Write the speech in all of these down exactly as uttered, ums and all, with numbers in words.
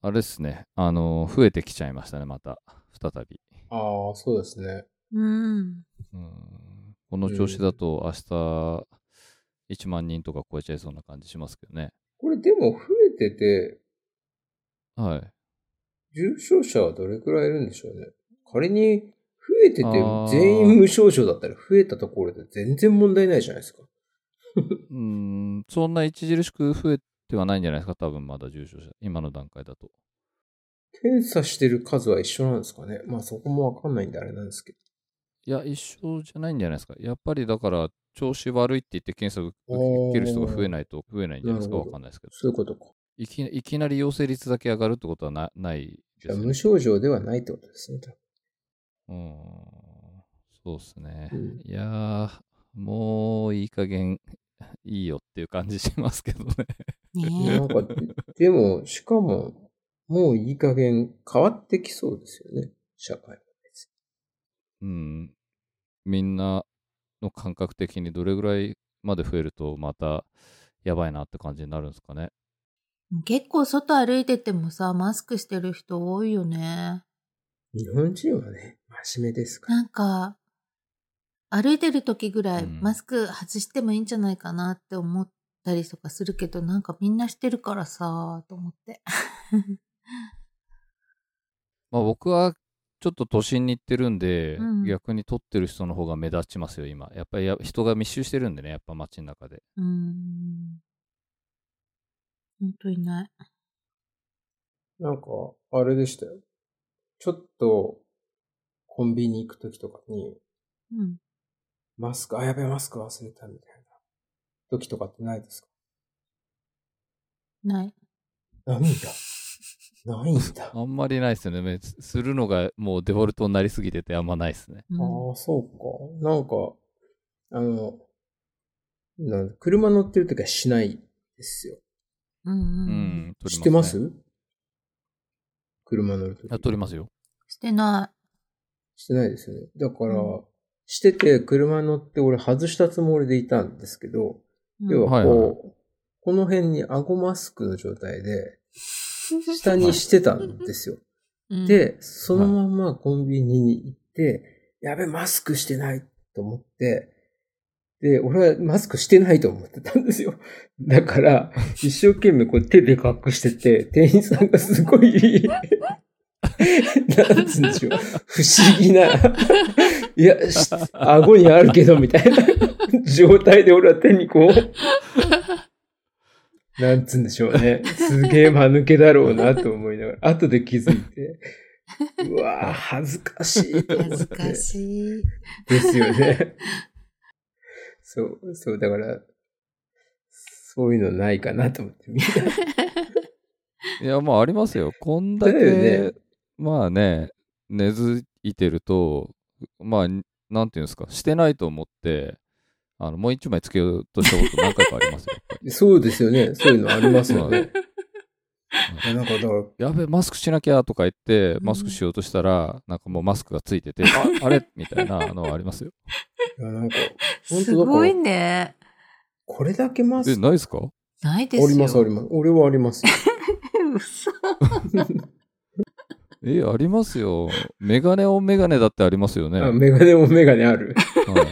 あれですね。あの、増えてきちゃいましたね、また。再び。 ああ、そうですね。 うん。 うん、この調子だと明日いちまん人とか超えちゃいそうな感じしますけどね。 これでも増えてて、 はい。 重症者はどれくらいいるんでしょうね。仮に増えてて全員無症状だったら増えたところで全然問題ないじゃないですか。 うーん、そんな著しく増えてはないんじゃないですか、多分まだ重症者。今の段階だと。 検査してる数は一緒なんですかね。まあそこもわかんないんであれなんですけど。 いや、一緒じゃないんじゃないですか。やっぱりだから、調子悪いって言って検査を受ける人が増えないと増えないんじゃないですか。わかんないですけど。 そういうことか。 いきいきなり陽性率だけ上がるってことは な, ないですよね。 無症状ではないってことですね。 うん、そうですね。 うん、 いやー、もういい加減いいよっていう感じしますけどね。 ねなんか、でも、しかも、もういい加減変わってきそうですよね。社会は。 うん。みんなの感覚的にどれぐらいまで増えるとまたやばいなって感じになるんですかね。 結構外歩いててもさ、マスクしてる人多いよね。 日本人はね、真面目ですから。 なんか、歩いてる時ぐらいうんマスク外してもいいんじゃないかなって思ったりとかするけど、なんかみんなしてるからさ、と思って。 まあ僕はちょっと都心に行ってるんで、 うん、 逆に撮ってる人の方が目立ちますよ、今。やっぱりや人が密集してるんでね、やっぱ街の中で。 うーん。ほんといない。 なんか、あれでしたよ。ちょっと、コンビニ行くときとかに、 うん。 マスク、あ、やべえ、マスク忘れたみたいな時とかってないですか？ ない。 ないんだ。ないんだ。 あんまりないですよね。めするのがもうデフォルトになりすぎててあんまないですね。 うん、 ああ、そうか。なんか、あの、なんだ車乗ってるときはしないですよ。 うんうんう。 うんん、撮りますね。 知ってます車乗るとき。 あ、撮りますよ。 してなしてないですよね。だから、 うんしてて車乗って俺外したつもりでいたんですけど、 い。 要はこう、 はいはいはい、 この辺に顎マスクの状態で、下にしてたんですよ。 うん、 で、そのままコンビニに行って、やべ、マスクしてないと思って、で、俺はマスクしてないと思ってたんですよ。だから、一生懸命こう手で隠してて、店員さんがすごい、なんつうんでしょう。不思議な、いや、顎にあるけど、みたいな状態で俺は手にこう、なんつうんでしょうね。すげえ間抜けだろうなと思いながら、後で気づいて、うわぁ、恥ずかしいと思って。 恥ずかしい。 ですよね。そう、そう、だから、そういうのないかなと思ってみんな。 いや、まあありますよ。こんだけ、 だよね、 まあね、根付いてると、まあ、なんていうんですか、してないと思って、あの、もう一枚つけようとしたこと何回かありますよ。やっぱりそうですよね。そういうのありますよはね。いやなんかだから、 やべ、マスクしなきゃとか言って、マスクしようとしたら、なんかもうマスクがついてて、あ、あれみたいなのはありますよ。 いやなんか、 すごいね。 これだけマえ、 スク。 ないですか？ ないですよ。 あります、あります。俺はありますよ。 嘘。 え、ありますよ。メガネオンメガネだってありますよね。 あ、メガネもメガネある。 はい、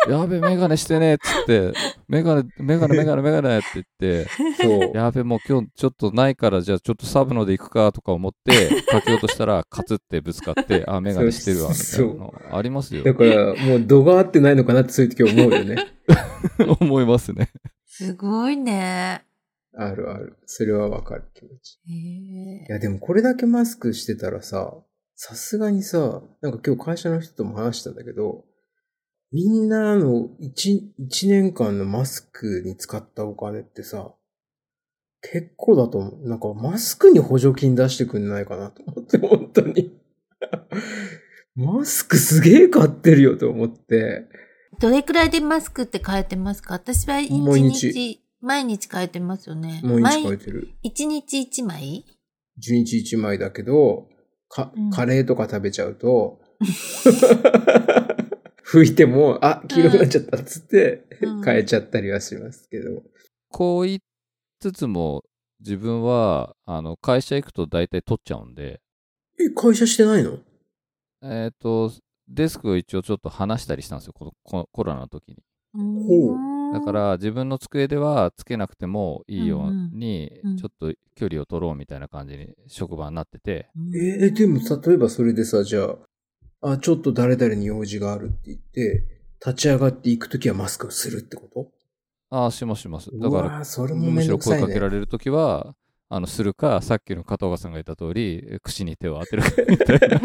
やべ、メガネしてねえっつって、メガネ、メガネ、メガネ、メガネって言って、 そう。 やべ、もう今日ちょっとないから、じゃあちょっとサブので行くかとか思って、かけようとしたら、カツってぶつかって、あ、メガネしてるわ、みたいなのありますよ。 だから、もう度が合ってないのかなってそういう時思うよね。 思いますね。 すごいね。 あるある。それはわかる気持ち。 へいや、でもこれだけマスクしてたらさ、さすがにさ、なんか今日会社の人とも話したんだけど、みんなの一、一年間のマスクに使ったお金ってさ、結構だと思う。なんかマスクに補助金出してくんないかなと思って、本当に。マスクすげえ買ってるよと思って。 どれくらいでマスクって変えてますか？私は一毎日、 日毎日変えてますよね。 毎日変えてる。 一日一枚？ 一日一枚だけど、か、 うんカレーとか食べちゃうと、拭いても、あ、黄色くなっちゃったっつって、 うん変えちゃったりはしますけど。 こう言いつつも、 自分は、あの、会社行くと大体取っちゃうんで、 え、会社してないの？ えっと、デスクを一応ちょっと離したりしたんですよ、このココロナの時に。 ほう。 だから自分の机ではつけなくてもいいように、 うんうんちょっと距離を取ろうみたいな感じに職場になってて、 えーでも、例えばそれでさ、じゃあ、あ、ちょっと誰々に用事があるって言って、立ち上がっていくときはマスクをするってこと？ ああ、しますします。だから、 うわー、それもむしろ声めんどくさいね。 かけられるときは、あの、するか、さっきの片岡さんが言った通り、口に手を当てるかみたいな。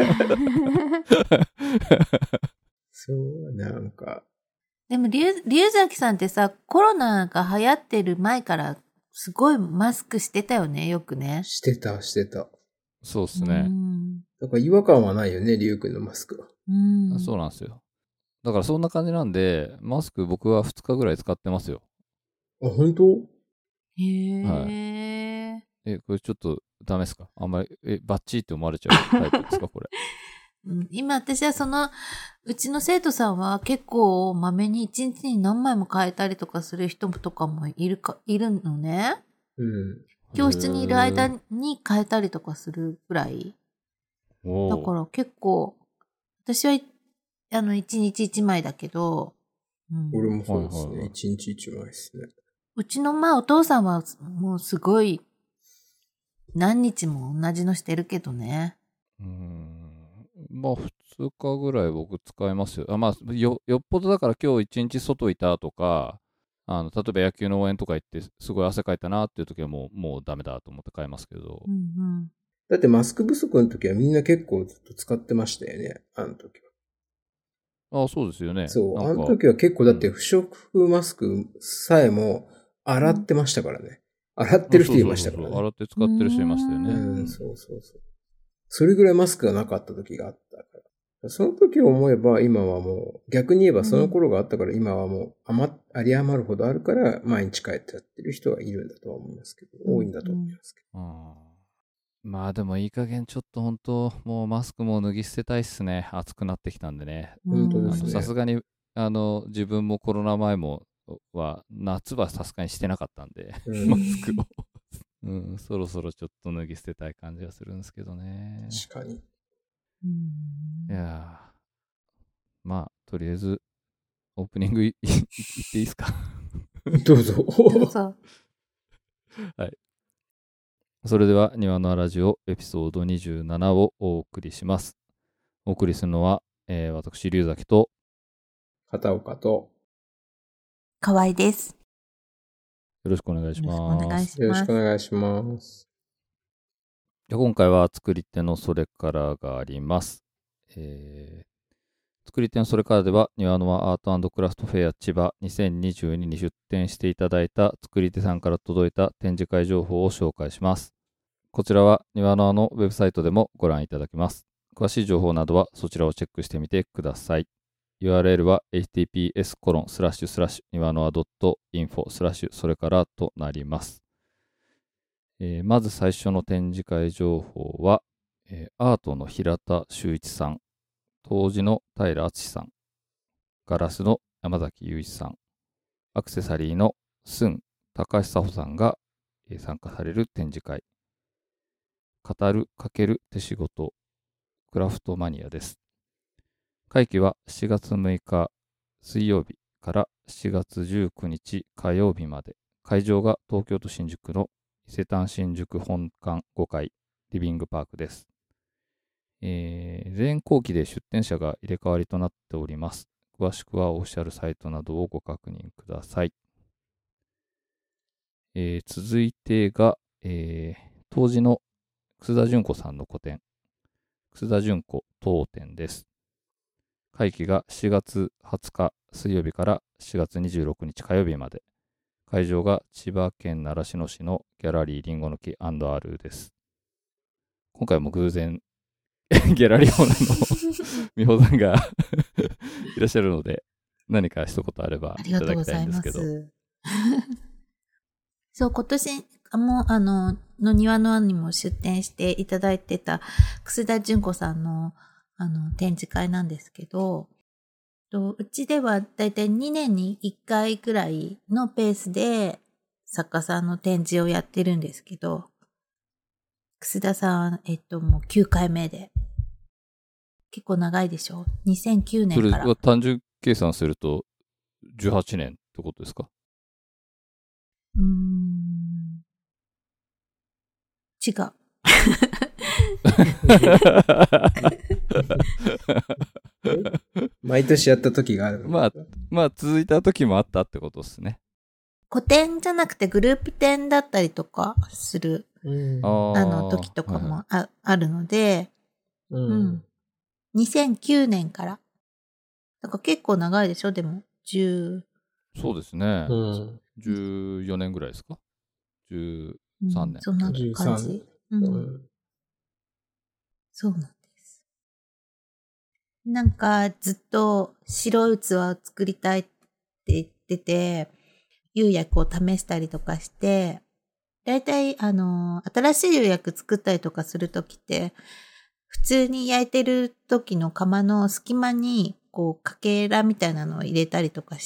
そう、なんか。 でも、龍崎さんってさ、コロナが流行ってる前からすごいマスクしてたよね、よくね。 してた、してた。 そうっすね。 だから違和感はないよね、りゅうくんのマスクは。 うん。 そうなんですよ。だからそんな感じなんで、マスク僕はふつかぐらい使ってますよ。 あ、本当？ へえ、 はい。え、これちょっとダメですか？あんまり、え、バッチリって思われちゃうタイプですかこれ。 今私はその、うちの生徒さんは結構まめに一日に何枚も変えたりとかする人とかもいるか、いるのね。 うん。 教室にいる間に変えたりとかするくらい。だから結構、私は、あの、一日一枚だけど、 うん、俺もそうですね。一日一枚ですね。 うちのまあお父さんはもうすごい、何日も同じのしてるけどね。 うーん。まあ、ふつかぐらい僕使いますよ。あ、まあ、よ、よっぽどだから今日一日外いたとか、あの、例えば野球の応援とか行って、すごい汗かいたなっていう時はもう、もうダメだと思って買いますけど。 うんうん、 だってマスク不足の時はみんな結構ずっと使ってましたよね、あの時は。あ、そうですよね。 そう、あの時は結構だって不織布マスクさえも洗ってましたからね。うん、洗ってる人いましたからね。 そうそうそうそう、洗って使ってる人いましたよね。 うん、そうそうそう。それぐらいマスクがなかった時があったから。その時を思えば今はもう、逆に言えばその頃があったから今はもう余あり余るほどあるから毎日帰ってやってる人がいるんだとは思いますけど、多いんだと思いますけど。 うん、まあでもいい加減ちょっと本当もうマスクも脱ぎ捨てたいっすね。暑くなってきたんでね。 本当ですね。 さすがにあの自分もコロナ前もは夏はさすがにしてなかったんで、うん、マスクを、うん、そろそろちょっと脱ぎ捨てたい感じがするんですけどね。 確かに。 うん、 いやまあとりあえずオープニングいいっていいですか？ どうぞ。 どうぞ。 はい。それでは庭のラジオエピソードにじゅうななをお送りします。お送りするのは、えー、私龍崎と片岡と河合です。 よろしくお願いします。 よろしくお願いします。 今回は作り手のそれからがあります。えー、作り手のそれからでは庭のアート&クラフトフェア千葉にせんにじゅうにに出展していただいた作り手さんから届いた展示会情報を紹介します。こちらは庭ののウェブサイトでもご覧いただけます。詳しい情報などはそちらをチェックしてみてください。ユーアールエル は エイチティーピーエスコロンスラッシュスラッシュ庭のあ .info スラッシュそれからとなります。えー、まず最初の展示会情報は、えー、アートの平田修一さん、当時の平敦さん、ガラスの山崎雄一さん、アクセサリーのスン高橋佐穂さんが、えー、参加される展示会。語る×手仕事クラフトマニアです。会期はしがつむいか水曜日からしがつじゅうくにち火曜日まで。会場が東京都新宿の伊勢丹新宿本館ごかいリビングパークです。えー、前後期で出展者が入れ替わりとなっております。詳しくはオフィシャルサイトなどをご確認ください。えー、続いてが、えー、当時の楠田純子さんの個展、楠田純子当展です。会期がしがつはつか水曜日からしがつにじゅうろくにち火曜日まで。会場が千葉県習志野市のギャラリーりんごの木 &R です。今回も偶然ギャラリーオーナーの美穂さんがいらっしゃるので、何か一言あればいただきたいんですけど。 そう、今年もあのの庭の案にも出展していただいてた楠田純子さんのあの展示会なんですけど、うちではだいたいにねんにいっかいくらいのペースで作家さんの展示をやってるんですけど、楠田さん、えっと、もうきゅうかいめで。結構長いでしょ ?にせんきゅうねんから。 それは単純計算するとじゅうはちねんってことですか？ うーん。違う。 毎年やった時があるの。 まあ、まあ続いた時もあったってことですね。 個展じゃなくてグループ展だったりとかする、 うん、 ああの時とかも あ,、はい、あるので、 うん、 うん。にせんきゅうねんから。だから結構長いでしょでも、じゅうそうですね。 うん、 じゅうよねんぐらいですか ?じゅうさんねん、うん。 そんな感じ。うん、うん。そうなんです。なんかずっと白い器を作りたいって言ってて、釉薬を試したりとかして、だいたいあの、新しい釉薬作ったりとかするときって、普通に焼いてる時の窯の隙間に、こう、かけらみたいなのを入れたりとかして、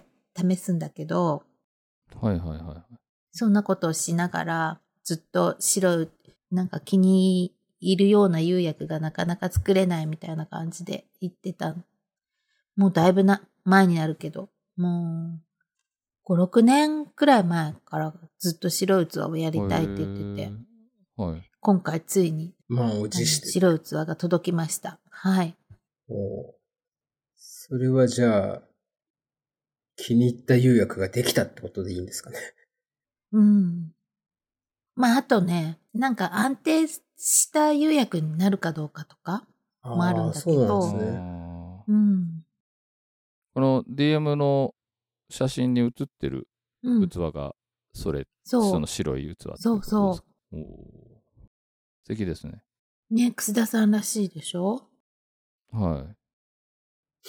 試すんだけど、 はいはいはい。 そんなことをしながら、ずっと白い、なんか気に入るような釉薬がなかなか作れないみたいな感じで言ってた。もうだいぶな、前になるけど、もう、ご、ろくねんくらい前からずっと白い器をやりたいって言ってて、 はい、 今回ついに、 満を持して白い器が届きました。はい。 おそれはじゃあ、気に入った釉薬ができたってことでいいんですかね。 うん。まあ、あとね、なんか安定した釉薬になるかどうかとかもあるんだけど。 そうなんですね。 うん。 この ディーエム の写真に写ってる器が、それ、うん、そ, その白い器ってことですか？ そうそう。 お素敵ですね。 ね、楠田さんらしいでしょ？ はい。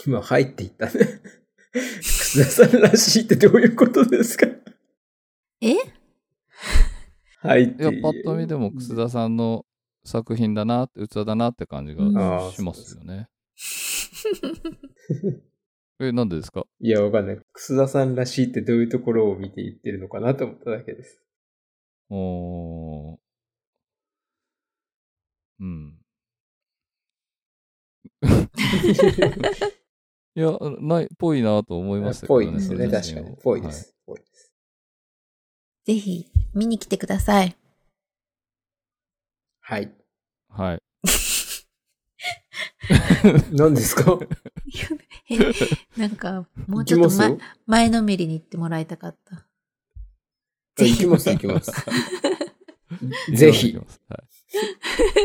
今入っていったね。楠田さんらしいってどういうことですか？ え？ 入っていや、パッと見でも楠田さんの作品だな、器だなって感じがしますよね。うん、え、なんでですか？ いや、わかんない。楠田さんらしいってどういうところを見て言ってるのかなと思っただけです。 おー。うん。いや、ない、ぽいなと思いましたけどね。 ぽいですね、確かに。ぽいです。ぽいです。 ぜひ、見に来てください。 はい。 はい。 何ですか？ なんか、もうちょっと、ま、前のめりに行ってもらいたかった。 ぜひ。行きます、行きます。ぜひ。はい、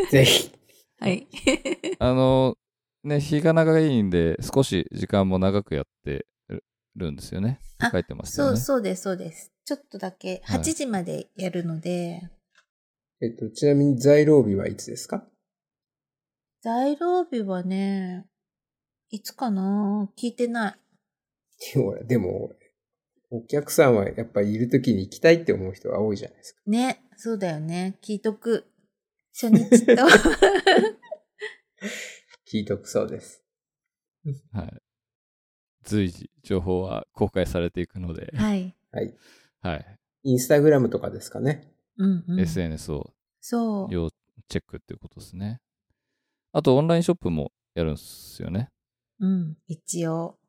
ぜひ。 はい。 あの、ね、日が長いんで、少し時間も長くやってるんですよね。書いてましたよね。 そう、そうです、そうです。ちょっとだけ、はちじまでやるので。はい、 えっと、ちなみに在廊日はいつですか？ 在廊日はね、いつかな？聞いてない。 ほら、でも、お客さんはやっぱりいるときに行きたいって思う人が多いじゃないですか。 ね、そうだよね。聞いとく。初日と。 聞いとくそうです。 はい。随時、情報は公開されていくので。 はい。 はい。 はい。 インスタグラムとかですかね。 うんうん、 エスエヌエス をそう要チェックっていうことですね。あと、オンラインショップもやるんですよね。 うん、一応。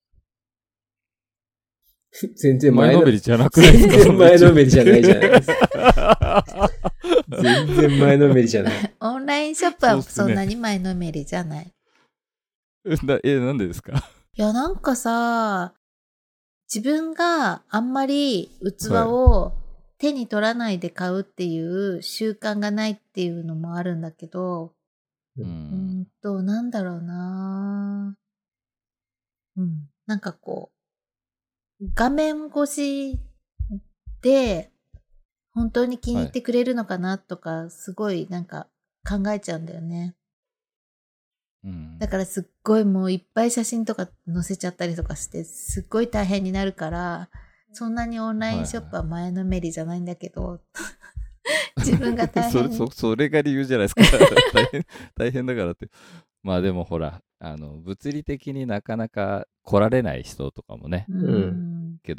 全然前のめりじゃなくないですか？ 全然前のめりじゃないじゃないですか。全然前のめりじゃない。 オンラインショップはそんなに前のめりじゃない。 なえ、なんでですか？ いや、なんかさ、自分があんまり器を手に取らないで買うっていう習慣がないっていうのもあるんだけど、 うん、 うんと、なんだろうな。うん、なんかこう、画面越しで本当に気に入ってくれるのかなとか、はい、すごいなんか考えちゃうんだよね。 うん、 だからすっごいもういっぱい写真とか載せちゃったりとかしてすっごい大変になるから、そんなにオンラインショップは前のめりじゃないんだけど、はい、自分が大変そ, そ, それが理由じゃないですか。大変大変だからって。まあでもほら、あの物理的になかなか来られない人とかもね、 うん、 けど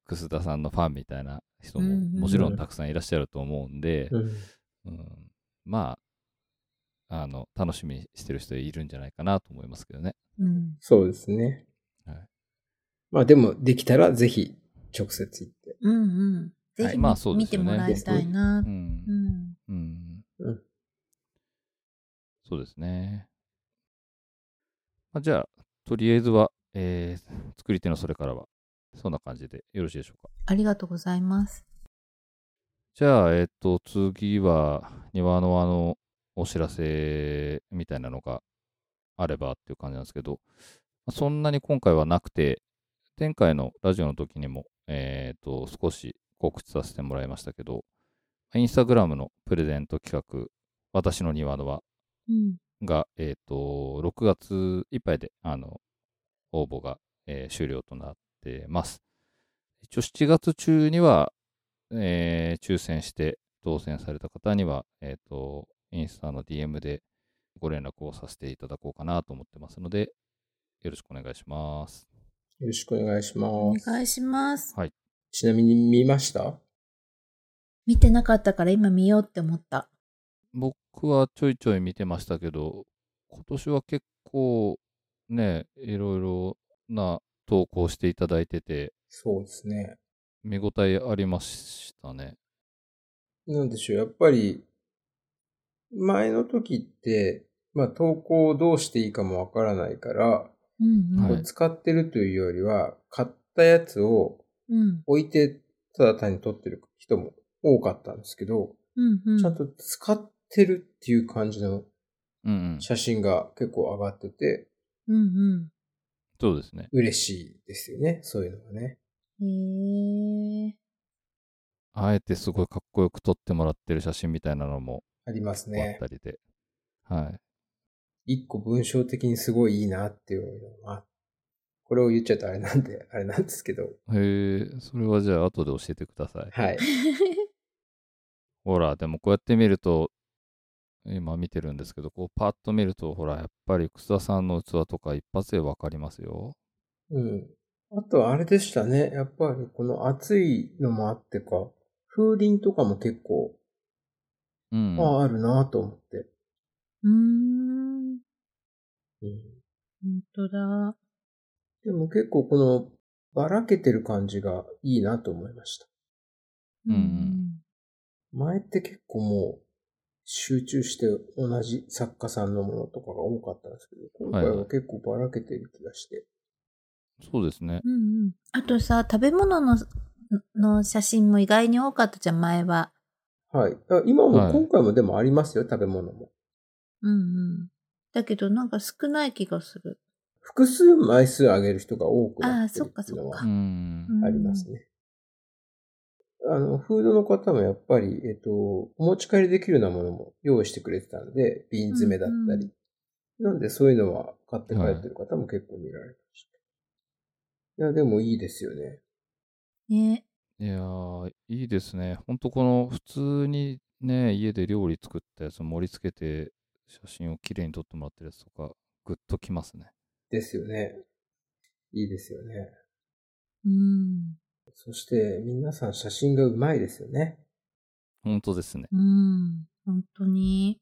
楠田さんのファンみたいな人もうんうんもちろんたくさんいらっしゃると思うんで、 うん。 うん、まあ、あの、楽しみにしてる人いるんじゃないかなと思いますけどね。 うん。 そうですね。 はい、 まあでも、できたらぜひ直接行って。 うんうん。ぜひ、 はいまあそうで見てすよねもらいたいな。 う。 うんん。 うん。 うん。 そうですね。まあ、じゃあ、とりあえずは、えー、作り手のそれからは、そんな感じでよろしいでしょうか。 ありがとうございます。 じゃあ、えっと、次は、庭のあの、お知らせみたいなのがあればっていう感じなんですけど、そんなに今回はなくて、前回のラジオの時にも、えっと、少し告知させてもらいましたけど、インスタグラムのプレゼント企画、私の庭の輪うん。 が、えっと、ろくがついっぱいで、あの、応募が、えー終了となってます。一応しちがつ中には、えー抽選して当選された方には、えっと、インスタの ディーエム でご連絡をさせていただこうかなと思ってますので、よろしくお願いします。 よろしくお願いします。 お願いします。 はい。 ちなみに見ました？ 見てなかったから今見ようって思った。 僕はちょいちょい見てましたけど、今年は結構ね、いろいろな投稿していただいてて、 そうですね。 見応えありましたね。 なんでしょう、やっぱり、前の時って、まあ投稿をどうしていいかもわからないから、 うんうん。 はいこう使ってるというよりは、買ったやつをうん。 置いてただ単に撮ってる人も多かったんですけど、 うんうん。 ちゃんと使ってるっていう感じのうんうん。 写真が結構上がってて、 うんうん。 そうですね。 嬉しいですよね、そういうのがね。 へえ。 あえてすごいかっこよく撮ってもらってる写真みたいなのもありますあっねた。りで。はい。 一個文章的にすごいいいなっていうのは、これを言っちゃうとあれなんで、あれなんですけど、 へえ、それはじゃあ後で教えてください。 はい。 ほら、でもこうやって見ると、今見てるんですけど、こうパッと見ると、ほら、やっぱり楠田さんの器とか一発でわかりますよ。 うん。あとあれでしたね。やっぱりこの暑いのもあってか、風鈴とかも結構、 うん。 ああ、あるなと思って。 うーん。 うん、 ほんとだ。 でも結構このばらけてる感じがいいなと思いました。 うんうん前って結構もう集中して同じ作家さんのものとかが多かったんですけど、今回は結構ばらけてる気がして。 そうですね。 うんうん。あとさ、食べ物の、の写真も意外に多かったじゃん、前は。 はい。あ今も、 はい今回もでもありますよ、食べ物も。 うんうん。だけどなんか少ない気がする。 複数枚数あげる人が多くなってるっていうのはあーそっかそっかうん。 ありますね。あの、フードの方もやっぱり、えっと、お持ち帰りできるようなものも用意してくれてたので、瓶詰めだったり。なんでそういうのは買って帰ってる方も結構見られました。いや、でもいいですよね。 ね。 いやー、いいですね。ほんとこの普通にね、家で料理作ったやつを盛り付けて、写真をきれいに撮ってもらってるやつとか、グッときますね。 ですよね。いいですよね。 うん。 そして、皆さん写真がうまいですよね。 ほんとですね。 うん。本当に。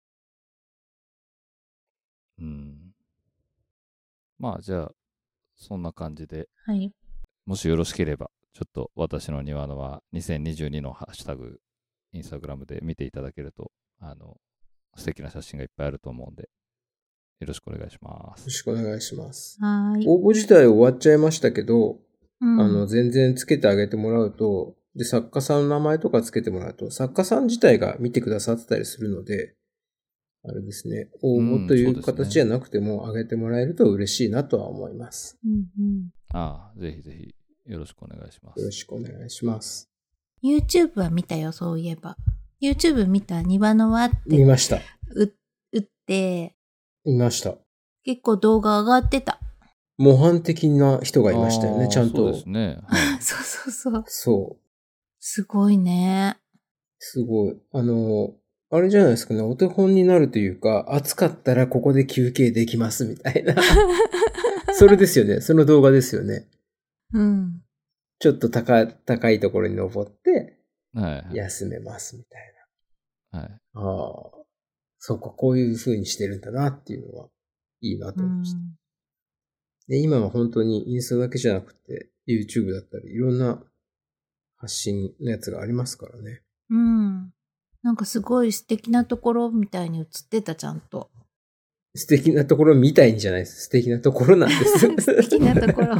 うん。まあ、じゃあ、そんな感じで、 はい。 もしよろしければ、ちょっと私の庭のはにせんにじゅうにのハッシュタグ、インスタグラムで見ていただけると、あの、素敵な写真がいっぱいあると思うんで、よろしくお願いしまよろす。 しくお願いします。 はーい。 応募自体終わっちゃいましたけど、 うん、 あの、全然つけてあげてもらうと、で、作家さんの名前とかつけてもらうと、作家さん自体が見てくださってたりするので、あれですね、応募という形じゃなくても、あげてもらえると嬉しいなとは思います。 うんうん。 ああ、ぜひぜひ、よろしくお願いしまよろす。 しくお願いします。 YouTube は見たよ、そういえば。YouTube 見た庭の輪って見ました。 う打って、 見ました。 結構動画上がってた。 模範的な人がいましたよね、 あーちゃんと。 そうですね。はいそうそうそう。 そう。 すごいね。 すごい。あの、あれじゃないですかね、お手本になるというか、暑かったらここで休憩できますみたいな。それですよね。その動画ですよね。 うん。 ちょっと高高いところに登って、 はいはい。 休めますみたいはい。 な。ああ、そうか、こういう風にしてるんだなっていうのは、いいなと思いました。で、今は本当にインスタだけじゃなくて、YouTube だったり、いろんな発信のやつがありますからね。 うん。なんかすごい素敵なところみたいに映ってた、ちゃんと。 素敵なところみたいにじゃないです。素敵なところなんです。 素敵なところ。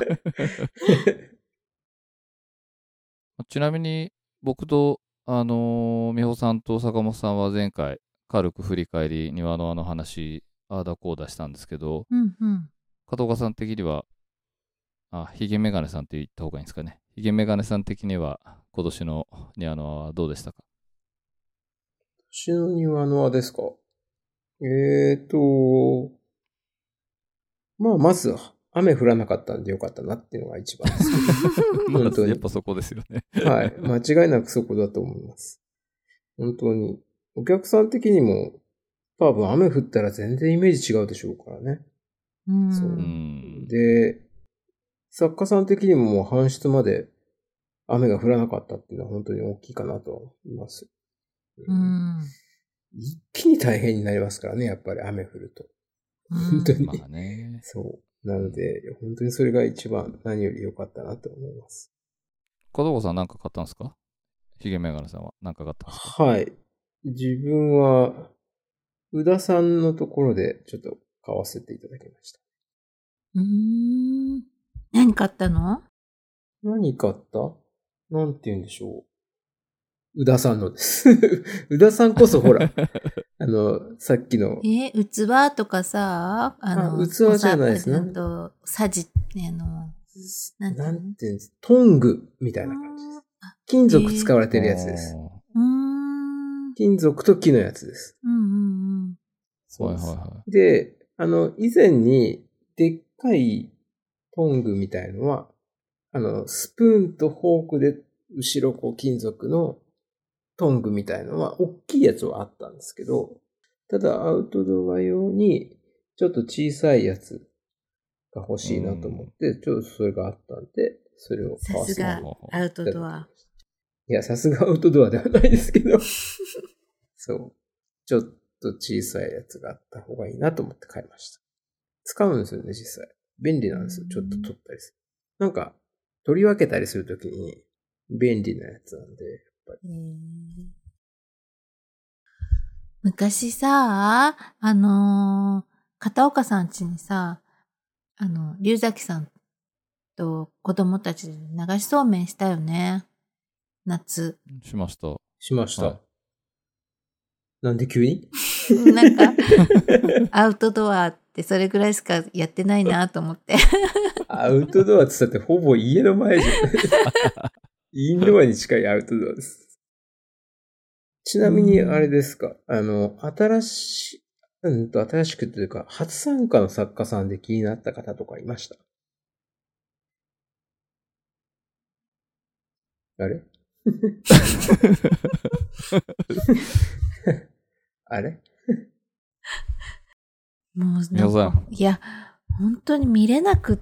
ちなみに、僕と、あのー、美穂さんと坂本さんは前回、軽く振り返り、庭のあの話、ああだこうだしたんですけど、 うんうん。 片岡さん的には、あ、ヒゲメガネさんって言った方がいいんですかね。ヒゲメガネさん的には、今年の庭の輪はどうでしたか？ 今年の庭の輪ですか？えーと、まあ、まず、雨降らなかったんでよかったなっていうのが一番ですけど。本当に。 やっぱそこですよね。 はい。間違いなくそこだと思います。本当に。お客さん的にも、多分雨降ったら全然イメージ違うでしょうからね。 うん。 そうう。ん。 で、作家さん的にももう搬出まで雨が降らなかったっていうのは本当に大きいかなと思います。 うん。 一気に大変になりますからね、やっぱり雨降ると。本当に。 まあね。 そう。なので、本当にそれが一番何より良かったなと思います。 片岡さん何か買ったんですか？ヒゲメガネさんは何か買ったんですか？ はい。自分は、宇田さんのところでちょっと買わせていただきました。 うーん。何買ったの？ 何買った？なんて言うんでしょう。宇田さんのです。宇田さんこそほら、あの、さっきの。 え、器とかさ、あの、 あ器じゃないですね。 あと、さじ、あの、 なんて言うんです、トングみたいな感じです。金属使われてるやつです。 うーん。 金属と木のやつです。 うんうんうん。 そうです。 はいはいはい。 で、あの、以前に、でっかいトングみたいのは、あの、スプーンとフォークで、後ろこう金属のトングみたいのは、大きいやつはあったんですけど、ただアウトドア用に、ちょっと小さいやつが欲しいなと思って、ちょっとそれがあったんで、それを買わせていただきました。 さすが、アウトドア。 いや、さすがアウトドアではないですけど、そう。ちょっと小さいやつがあった方がいいなと思って買いました。使うんですよね、実際。便利なんですよ。ちょっと取ったりする。なんか、取り分けたりするときに便利なやつなんで、やっぱり。 昔さ、あのー、片岡さん家にさ、あの、龍崎さんと子供たちで流しそうめんしたよね。夏。 しました。 しました。 はい、 なんで急になんか、アウトドアってそれぐらいしかやってないなと思って。 アウトドアって言ったってほぼ家の前じゃないですか。インドアに近いアウトドアです。ちなみにあれですか、あの、新しい、うんと新しくというか、初参加の作家さんで気になった方とかいました？あれあれもうなんか、いや、本当に見れなくって。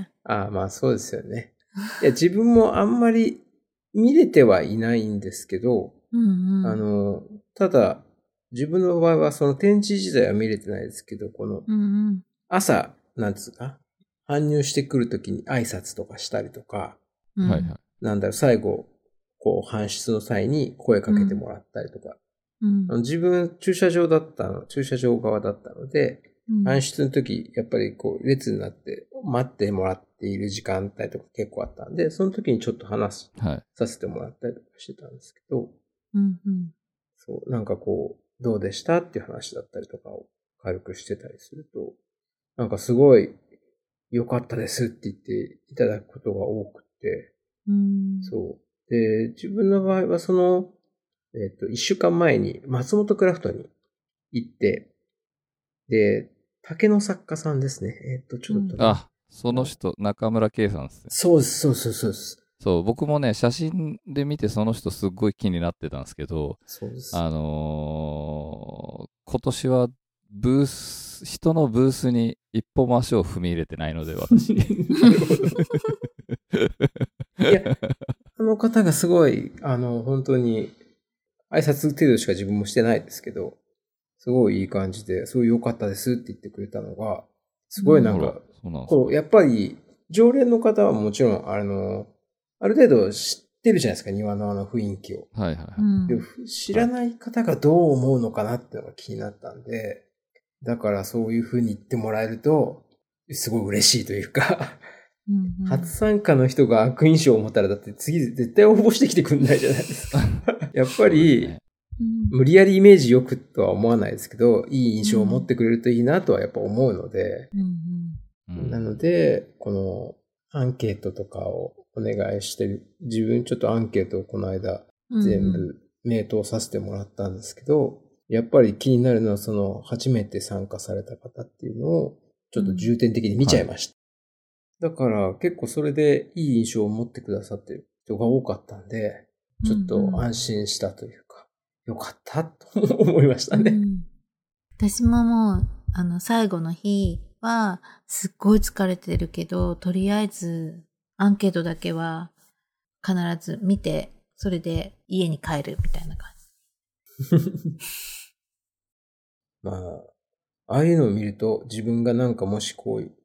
ああ、まあそうですよね。いや、自分もあんまり見れてはいないんですけど、 うんうん、 あの、ただ、自分の場合はその展示自体は見れてないですけど、この、朝、なんつうか、搬入してくるときに挨拶とかしたりとか、 うんはいはい、 なんだろう、最後、こう、搬出の際に声かけてもらったりとか、うん、あの自分、駐車場だったの、駐車場側だったので、うん、搬出の時、やっぱりこう、列になって待ってもらっている時間帯とか結構あったんで、その時にちょっと話させてもらったりとかしてたんですけど、 うんうん、 そう、なんかこう、どうでしたっていう話だったりとかを軽くしてたりすると、なんかすごい良かったですって言っていただくことが多くて、うん、そう。で、自分の場合はその、えっと、一週間前に松本クラフトに行って、で、竹の作家さんですね。えっと、ちょっと、ねうん。あ、その人、中村圭さんですね。 そうです、そうそうそうです。 そう、僕もね、写真で見てその人すっごい気になってたんですけど、 そうです。 あのー、今年はブース、人のブースに一歩も足を踏み入れてないので、私。 や、あの方がすごい、あの、本当に、挨拶程度しか自分もしてないですけど、すごいいい感じで、すごい良かったですって言ってくれたのが、すごいなんか、 そうなんですか。 こう、やっぱり、常連の方はもちろん、あの、ある程度知ってるじゃないですか、庭のあの雰囲気を。 はいはいはい。 うんで知らない方がどう思うのかなっていうのが気になったんで、だからそういう風に言ってもらえると、すごい嬉しいというか、 うんうん初参加の人が悪印象を持ったら、だって次絶対応募してきてくんないじゃないですか。やっぱり、 ね、 うん無理やりイメージよくとは思わないですけど、いい印象を持ってくれるといいなとはやっぱ思うので、 うんうんなので、このアンケートとかをお願いしてる、自分ちょっとアンケートをこの間うん全部名答させてもらったんですけど、やっぱり気になるのはその初めて参加された方っていうのをちょっと重点的に見ちゃいました。だから結構それでいい印象を持ってくださってる人が多かったんで、ちょっと安心したというか、よかったと思いましたね。 うん私ももう、あの、最後の日は、すっごい疲れてるけど、とりあえず、アンケートだけは必ず見て、それで家に帰るみたいな感まあ、ああいうのを見ると自分がなんかもしこういう、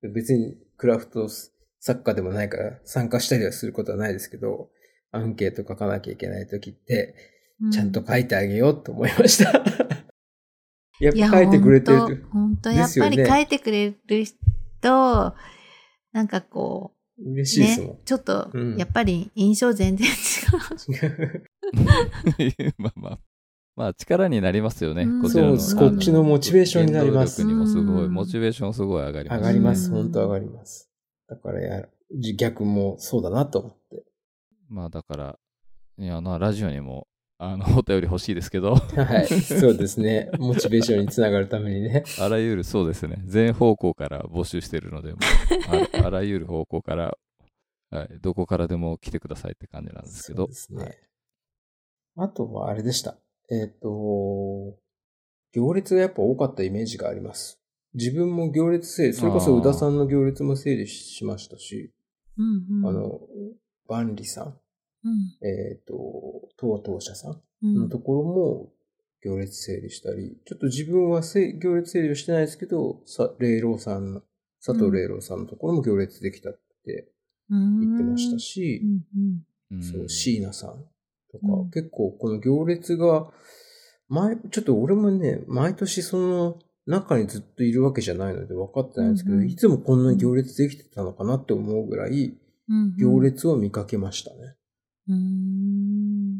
別にクラフト作家でもないから参加したりはすることはないですけど、アンケート書かなきゃいけないときって、 じ。 ちゃんと書いてあげようと思いました。やっいや、 ぱ書いてくれてると。 本当やっですよねぱり書いてくれる人、なんかこう、 嬉しいですもん。 ね、ちょっとう、んやっぱり印象全然違う。 まあまあ。まあ力になりますよね。 うんこちらの。 そうです。こっちのモチベーションになります。 原動力にもすごい、 うんモチベーションすごい上がります、 上がります。 うん本当上がります。だからや、逆もそうだなと思って。 まあだから、いや、なラジオにも、あの、お便り欲しいですけど、 はい。そうですね。モチベーションにつながるためにね。 あらゆる、そうですね。全方向から募集してるので、もうあ、あらゆる方向から、はい、どこからでも来てくださいって感じなんですけど。 そうですね。 はいあとはあれでした。えっ、と、行列がやっぱ多かったイメージがあります。自分も行列整理、それこそ宇田さんの行列も整理しましたし、 うんうんあの、万里さん、 うんえっ、と、当当社さんうんのところも行列整理したり、ちょっと自分はせ行列整理をしてないですけど、さ、霊老さんの、佐藤霊老さんのところも行列できたって言ってましたし、 うんうんそう、椎名さんとか、 うん結構この行列が、前、ちょっと俺もね、毎年その中にずっといるわけじゃないので分かってないんですけど、 うんうんいつもこんなに行列できてたのかなって思うぐらい、 うんうん行列を見かけましたね。 うーんだ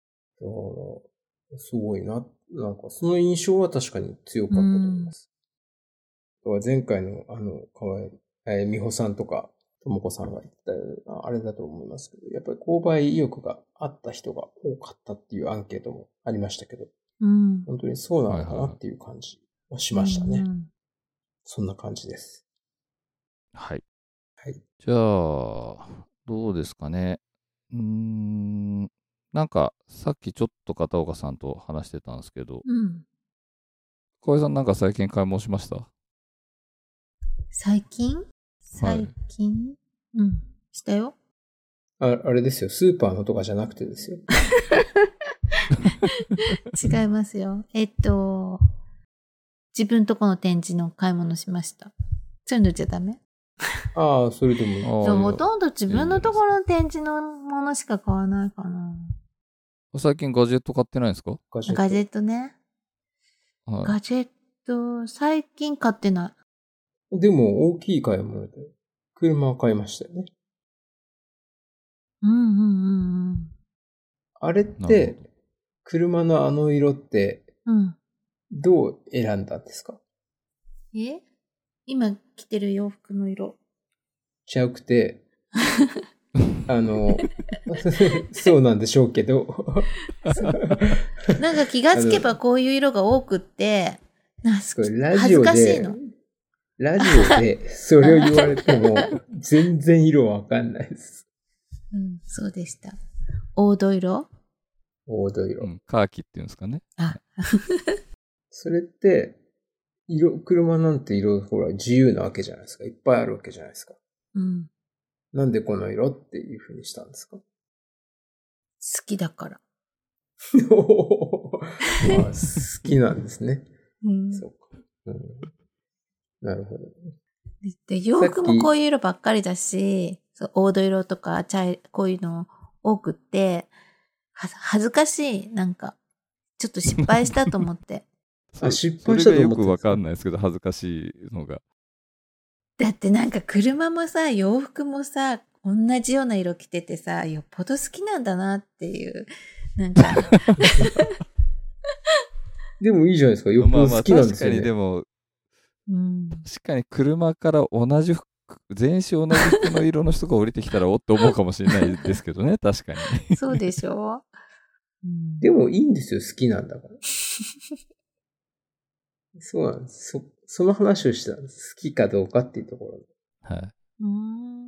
から、すごいな。なんかその印象は確かに強かったと思います。だから前回のあの、かわいい、えー、美穂さんとか、ともこさんが言ったような、あれだと思いますけど、やっぱり購買意欲があった人が多かったっていうアンケートもありましたけど、 うん本当にそうなのかなっていう感じはしましたね。 うんうんそんな感じです。 はい。 はい。 じゃあ、どうですかね。うーん、なんか、さっきちょっと片岡さんと話してたんですけど、 うん小江さんなんか最近買い物しました？ 最近最近、うん。したよ。 あ、あれですよ。スーパーのとかじゃなくてですよ。 違いますよ。えっと、自分とこの展示の買い物しました。そういうのじゃダメ？ ああ、それでも。 でもああほとんど自分のところの展示のものしか買わないかな。 最近ガジェット買ってないんですか？ ガジェットガジェットね。 はい。 ガジェット、最近買ってない。 でも、大きい買い物で、車を買いましたよね。 うんうんうんうん。 あれっなるてほど、 車のあの色って、 うん。 どう選んだんですか？ え今着てる洋服の色。 ちゃうくて、あの、そうなんでしょうけど、 なんか気がつけばこういう色が多くって、なこれラ恥ずジオでかしいの。、 ラジオでそれを言われても、全然色わかんないです。 うん、そうでした。黄土色黄土色。 うん、カーキっていうんですかね。 あ、 それって、色、車なんて色、ほら、自由なわけじゃないですか。いっぱいあるわけじゃないですか。 うん。 なんでこの色っていう風にしたんですか？ 好きだから。 あ、好きなんですね。 うん、 そうか、うん。なるほど。 で、洋服もこういう色ばっかりだし、そう黄土色とか茶色、こういうの多くって、は恥ずかしい。なんか、ちょっと失敗したと思って。 あ、失敗したと思って。 それがよくわかんないですけど、恥ずかしいのが。 だってなんか車もさ、洋服もさ、同じような色着ててさ、よっぽど好きなんだなっていう、なんか。 でもいいじゃないですか。よっぽど好きなんですよね。 まあまあ確かにでも、 うん、 確かに車から同じ服、全身同じ服の色の人が降りてきたらおって思うかもしれないですけどね、確かに。 そうでしょ、うん、 でもいいんですよ、好きなんだから。そうなんです。そ、その話をしてたんです。好きかどうかっていうところ。 はい。 うん、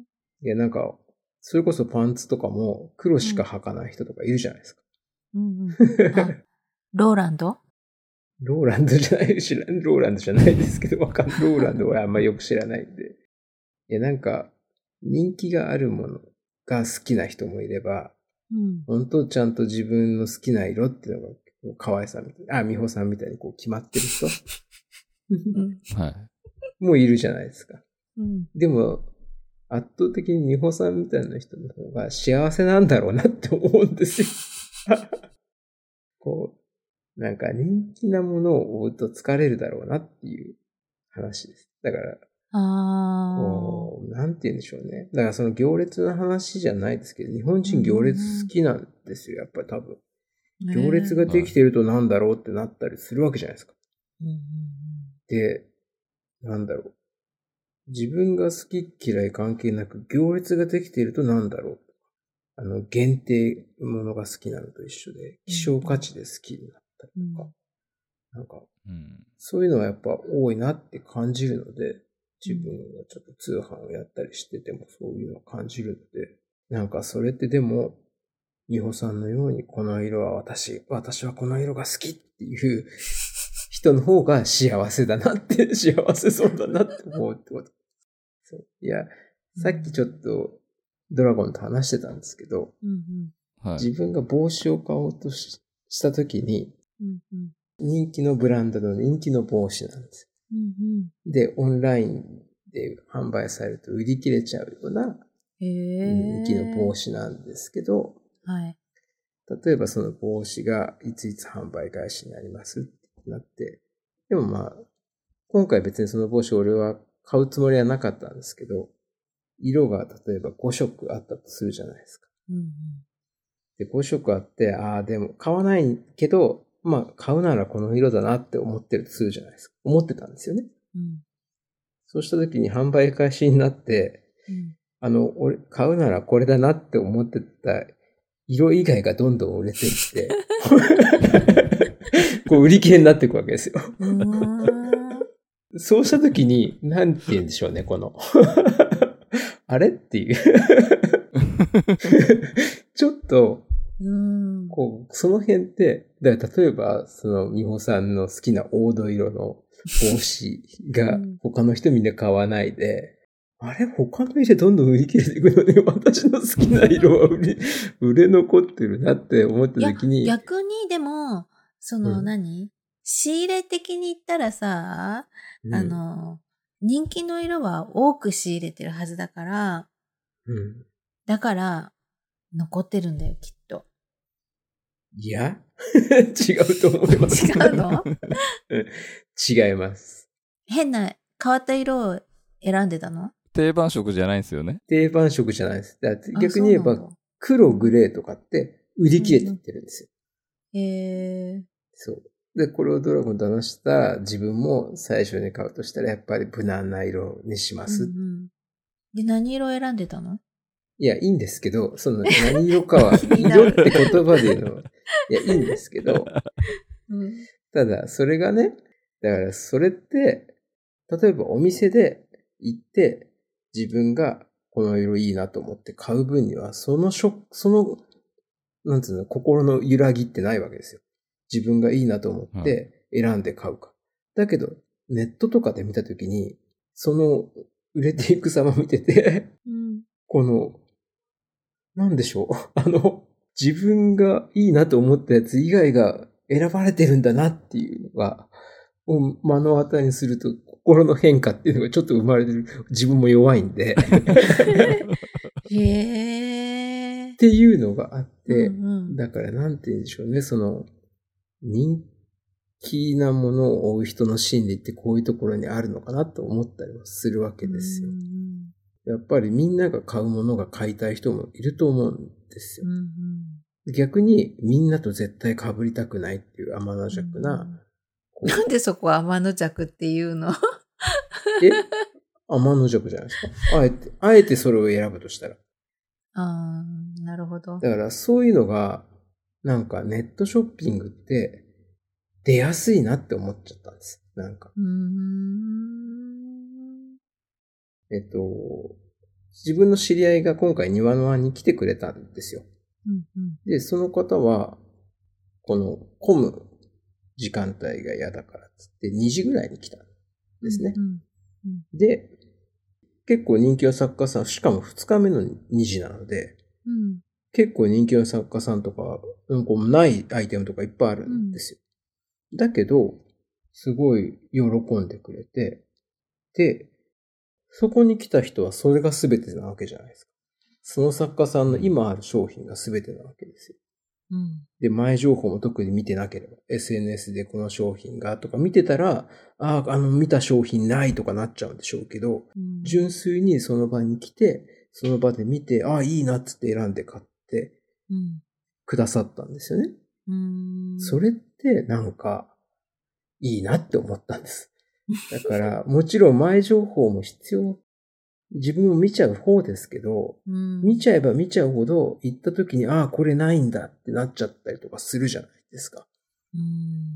いや、なんか、それこそパンツとかも黒しか履かない人とかいるじゃないですか。 うんうん、あ、ローランドローランドじゃない、知らん、ローランドじゃないですけど、わかんない。ローランドはあんまよく知らないんで。いや、なんか、人気があるものが好きな人もいれば、うん、本当ちゃんと自分の好きな色っていうのが、河合さんみたいな、あ、美穂さんみたいにこう決まってる人、 はい。 もういるじゃないですか。 うん、 でも、圧倒的に美穂さんみたいな人の方が幸せなんだろうなって思うんですよ。こう、なんか人気なものを追うと疲れるだろうなっていう話です。だから、 あこう、なんて言うんでしょうね。だからその行列の話じゃないですけど、日本人行列好きなんですよ、やっぱり多分。行列ができてるとなんだろうってなったりするわけじゃないですか。で、なんだろう。自分が好き嫌い関係なく行列ができているとなんだろう。あの、限定ものが好きなのと一緒で、希少価値で好きになったりとか、なんか、そういうのはやっぱ多いなって感じるので、自分がちょっと通販をやったりしててもそういうのを感じるので、なんかそれってでも、美穂さんのようにこの色は私、私はこの色が好きっていう人の方が幸せだなって、幸せそうだなって思うってこと。そういや、さっきちょっとドラゴンと話してたんですけど、うんうん、自分が帽子を買おうと し, したときに、うんうん、人気のブランドの人気の帽子なんです、うんうん。で、オンラインで販売されると売り切れちゃうような人気の帽子なんですけど、はい、例えばその帽子がいついつ販売開始になりますってなって、でもまあ、今回別にその帽子を俺は買うつもりはなかったんですけど、色が例えばご色あったとするじゃないですか。うんうん、でご色あって、ああ、でも買わないけど、まあ買うならこの色だなって思ってるとするじゃないですか。思ってたんですよね。うん、そうした時に販売開始になって、うん、あの、俺、買うならこれだなって思ってた色以外がどんどん売れていって、こう売り切れになっていくわけですよ。そうしたときに、なんて言うんでしょうね、この。あれっていう。ちょっと、こう、その辺って、だから例えば、その、美穂さんの好きな黄土色の帽子が他の人みんな買わないで、あれ他の色どんどん売り切れていくのに、私の好きな色は売り、売れ残ってるなって思ったときに。 逆に、でも、その何、うん、仕入れ的に言ったらさ、うん、あの、人気の色は多く仕入れてるはずだから、うん、だから、残ってるんだよ、きっと。 いや違うと思います。 違うの違います。 変な、変わった色を選んでたの？ 定番色じゃないんですよね。 定番色じゃないです。だって逆に言えば、黒、グレーとかって売り切れていってるんですよ。 うんうん、へー。 そう。で、これをドラゴンと話した自分も最初に買うとしたらやっぱり無難な色にします。うんうん、 で、何色を選んでたの？ いや、いいんですけど、その何色かは、色って言葉で言うのは、いや、いいんですけど、うん、ただ、それがね、だからそれって、例えばお店で行って、自分がこの色いいなと思って買う分には、そのショック、その、なんつうの、心の揺らぎってないわけですよ。自分がいいなと思って選んで買うか。うん、だけど、ネットとかで見たときに、その売れていく様見てて、うん、 この、なんでしょう。あの、自分がいいなと思ったやつ以外が選ばれてるんだなっていうのが、を目の当たりにすると、心の変化っていうのがちょっと生まれてる。自分も弱いんで。 へー。 っていうのがあって、 うんうん、 だからなんて言うんでしょうね、その、人気なものを追う人の心理ってこういうところにあるのかなと思ったりもするわけですよ。 うんやっぱりみんなが買うものが買いたい人もいると思うんですよ。 うんうん、 逆にみんなと絶対被りたくないっていう天の弱な、 うん、なんでそこは天の弱っていうの？ え天の弱じゃないですか。あえて、あえてそれを選ぶとしたら。 ああ、なるほど。 だからそういうのが、なんかネットショッピングって出やすいなって思っちゃったんです。なんか。 うーん、 えっと、自分の知り合いが今回庭の輪に来てくれたんですよ。 うんうん、 で、その方は、この混む時間帯が嫌だからっつってにじぐらいに来たんですね。 うんうんうん、 で、結構人気の作家さん、しかもふつかめのにじなので、 うん、 結構人気の作家さんとか、うんこないアイテムとかいっぱいあるんですよ。うん、だけど、すごい喜んでくれて、で、そこに来た人はそれが全てなわけじゃないですか。その作家さんの今ある商品が全てなわけですよ。うん、で、前情報も特に見てなければ、エスエヌエス でこの商品がとか見てたら、ああ、あの見た商品ないとかなっちゃうんでしょうけど、うん、純粋にその場に来て、その場で見て、ああ、いいなっつって選んで買ってくださったんですよね。うん、それってなんかいいなって思ったんです。だから、もちろん前情報も必要。自分も見ちゃう方ですけど、うん、見ちゃえば見ちゃうほど行った時に、ああ、これないんだってなっちゃったりとかするじゃないですか。うん、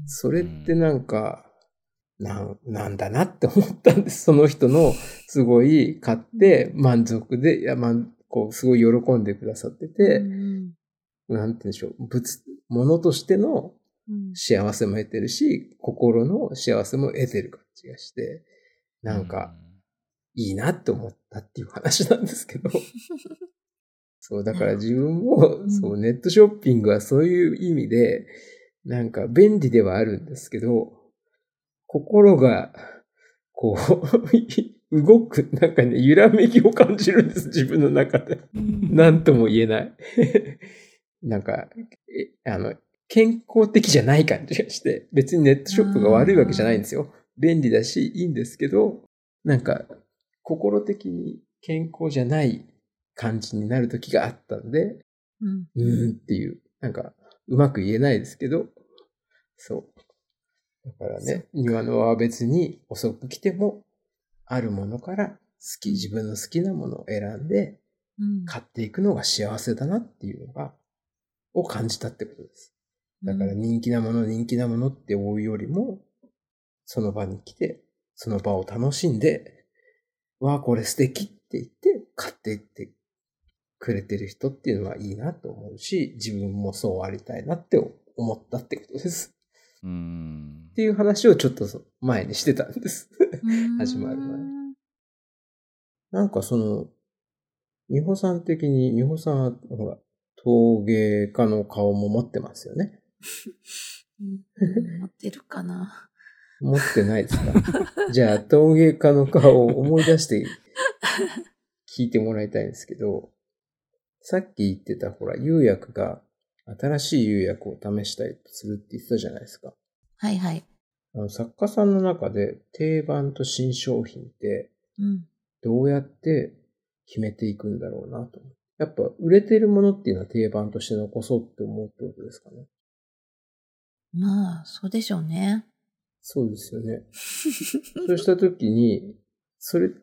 それってなんか、な、なんだなって思ったんです。その人のすごい買って満足で、いや、まあ、こう、すごい喜んでくださってて、うん、なんて言うんでしょう、物、物としての幸せも得てるし、心の幸せも得てる感じがして、なんか、いいなって思ったっていう話なんですけど。そう、だから自分も、そう、ネットショッピングはそういう意味で、なんか便利ではあるんですけど、心が、こう、動く、なんかね、揺らめきを感じるんです、自分の中で。なんとも言えない。なんか、え、あの、健康的じゃない感じがして、別にネットショップが悪いわけじゃないんですよ。便利だし、いいんですけど、なんか、心的に健康じゃない感じになる時があったんで、うん、うーんっていう、なんか、うまく言えないですけど、そう。だからね、庭の輪は別に遅く来ても、あるものから好き、自分の好きなものを選んで、買っていくのが幸せだなっていうのが、を感じたってことです。だから人気なもの、人気なものって追うよりも、その場に来て、その場を楽しんで、わあ、これ素敵って言って、買っていってくれてる人っていうのはいいなと思うし、自分もそうありたいなって思ったってことです。うーんっていう話をちょっと前にしてたんです。始まる前。なんかその、美穂さん的に、美穂さんは、ほら、陶芸家の顔も持ってますよね。 持ってるかな。 持ってないですか？じゃあ、陶芸家の顔を思い出して聞いてもらいたいんですけど、さっき言ってた、ほら、釉薬が、新しい釉薬を試したりするって言ってたじゃないですか。 はいはい。 あの作家さんの中で定番と新商品って、どうやって決めていくんだろうなと。やっぱ、売れてるものっていうのは定番として残そうって思うってことですかね。 まあ、そうでしょうね。 そうですよね。そうしたときに、それって、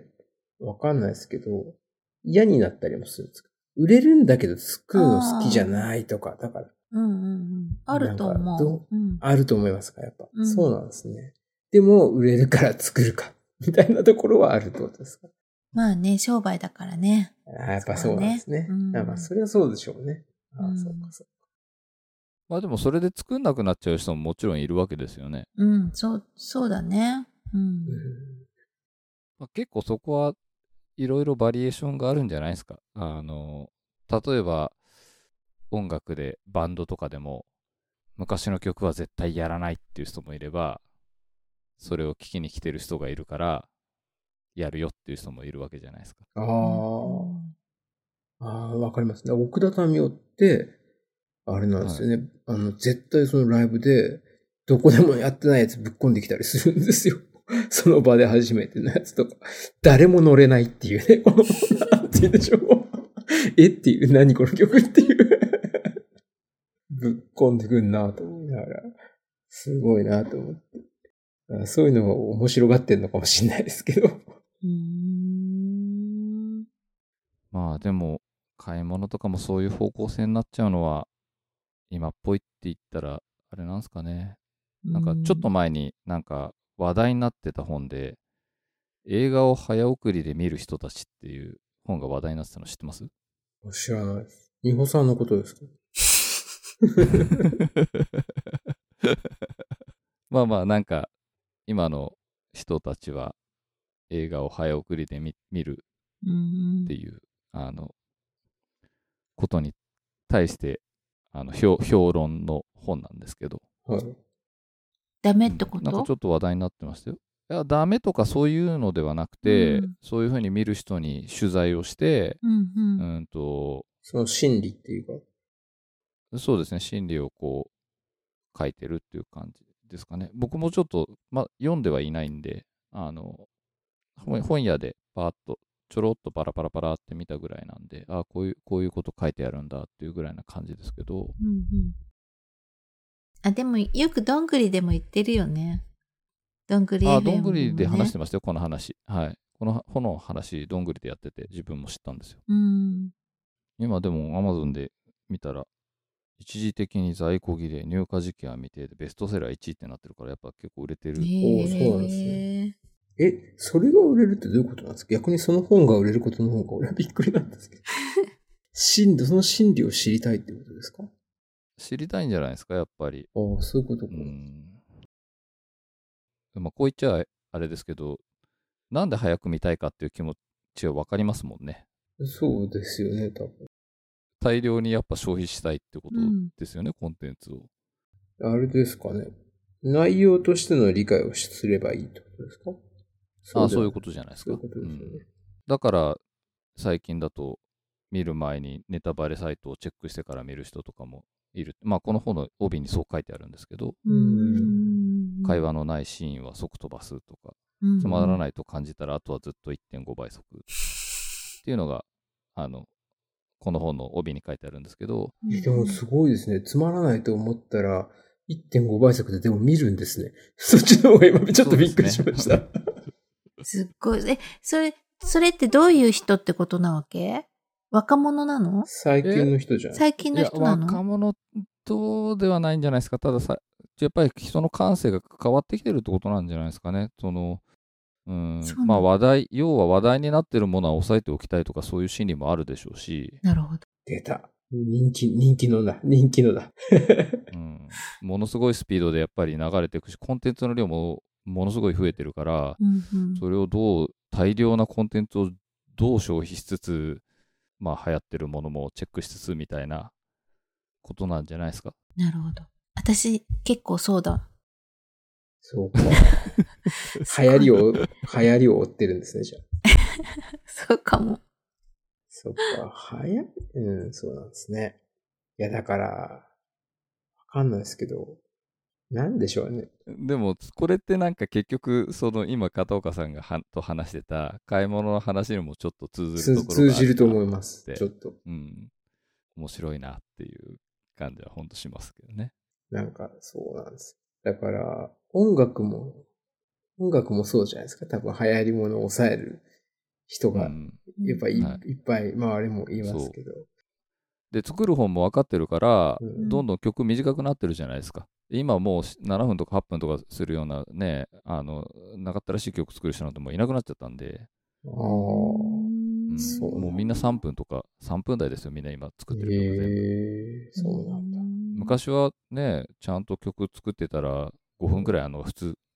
わかんないですけど、嫌になったりもするんですか？売れるんだけど作るの好きじゃないとか、だから。 うんうんうん。あると思う。 うん、あると思いますか、やっぱ、うん。そうなんですね。でも、売れるから作るか、みたいなところはあるってことですか？ まあね、商売だからね。 あやっぱそうなんですね。ね、うん、まあ、それはそうでしょうね。ああ、そうか、そうか。 まあでもそれで作んなくなっちゃう人ももちろんいるわけですよね。 うん、そう、そうだね。うん。 まあ、結構そこはいろいろバリエーションがあるんじゃないですか。あの例えば音楽でバンドとかでも昔の曲は絶対やらないっていう人もいれば、それを聴きに来てる人がいるからやるよっていう人もいるわけじゃないですか。 あうんあ、ああ、わかりますね。奥田民生って、あれなんですよね。あの、絶対そのライブで、どこでもやってないやつぶっこんできたりするんですよ。その場で初めてのやつとか。誰も乗れないっていうね。この、なんて言うんでしょう。えっていう、何この曲っていう。ぶっこんでくんなと思いながら、すごいなと思って。あ、そういうのを面白がってんのかもしれないですけど。 うーんまあでも買い物とかもそういう方向性になっちゃうのは今っぽいって言ったらあれなんですかね。なんかちょっと前になんか話題になってた本で、映画を早送りで見る人たちっていう本が話題になってたの知ってます？ 知らないです。美穂さんのことですか？ まあまあなんか今の人たちは映画を早送りで 見, 見るっていうあのことに対してあの 評, 評論の本なんですけど、 はい。 ダメってこと？ なんかちょっと話題になってましたよ。いやダメとかそういうのではなくて、 うん、 そういうふうに見る人に取材をして、 うんうんうんとその心理っていうか。 そうですね、心理をこう書いてるっていう感じですかね。僕もちょっと、ま、読んではいないんで、あの本本屋でパーッとちょろっとパラパラパラって見たぐらいなんで、あこういうこういうこと書いてあるんだっていうぐらいな感じですけど、 うんうん、あでもよくどんぐりでも言ってるよね。どんぐり エあフエム も、ね、 どんぐりで話してましたよ、この話。はい。このこの話、どんぐりでやってて自分も知ったんですよ。 うん、 今でも Amazon で見たら、一時的に在庫切れ、入荷時期は未定でベストセラーいちいってなってるから、やっぱ結構売れてる。 おお、そうなんですね。え、それが売れるってどういうことなんですか？逆にその本が売れることの方が俺はびっくりなんですけど。心理、その心理を知りたいってことですか？ 知りたいんじゃないですか、やっぱり。 ああ、そういうことか。 うん。まあ、こう言っちゃあれですけど、なんで早く見たいかっていう気持ちは分かりますもんね。 そうですよね、多分。 大量にやっぱ消費したいってことですよね、うん、コンテンツを。 あれですかね。内容としての理解をすればいいってことですか？ そうああ、そういうことじゃないですか。 そういうことですよね。うん、 だから最近だと見る前にネタバレサイトをチェックしてから見る人とかもいる。まあこの本の帯にそう書いてあるんですけど、 うん会話のないシーンは即飛ばすとか、つまらないと感じたらあとはずっと いってんご 倍速っていうのがあのこの本の帯に書いてあるんですけど。 でもすごいですね。つまらないと思ったら いってんご 倍速ででも見るんですね。そっちの方が今ちょっとびっくりしました。 すっごい。え、それ、それってどういう人ってことなわけ？若者なの？ 最近の人じゃん。 最近の人なの？ いや若者とではないんじゃないですか。たださ、やっぱり人の感性が変わってきてるってことなんじゃないですかね。その、うん、まあ話題、要は話題になってるものは抑えておきたいとかそういう心理もあるでしょうし。 なるほど。 出た。人気、人気のだ。人気のだ。 うん、ものすごいスピードでやっぱり流れていくし、コンテンツの量もものすごい増えてるから、 うんうん、 それをどう、大量なコンテンツをどう消費しつつ、まあ流行ってるものもチェックしつつみたいなことなんじゃないですか。 なるほど。私、結構そうだ。 そうか。流行りを、流行りを追ってるんですね、じゃあ。 そうかも。 そっか、流行り、うん、そうなんですね。いや、だから、わかんないですけど、なんでしょうね。 でも、これってなんか結局、その今、片岡さんがはと話してた買い物の話にもちょっと通ずるところがあるな。 通じると思います。ちょっと。 うん。面白いなっていう感じはほんとしますけどね。 なんか、そうなんです。だから、音楽も、音楽もそうじゃないですか。多分流行りものを抑える人が、やっぱり い,、うんはい、いっぱい周りもいますけど。 で、作る本も分かってるから、うん、どんどん曲短くなってるじゃないですか。今もうななふんとかはっぷんとかするようなね、あの、長ったらしい曲作る人なんてもういなくなっちゃったんで。 ああ、 うん、そうもうみんなさんぷんとかさんぷん台ですよ、みんな今作ってる曲全部。 へえ、そうなんだ。 昔はね、ちゃんと曲作ってたらごふんくらいあの普通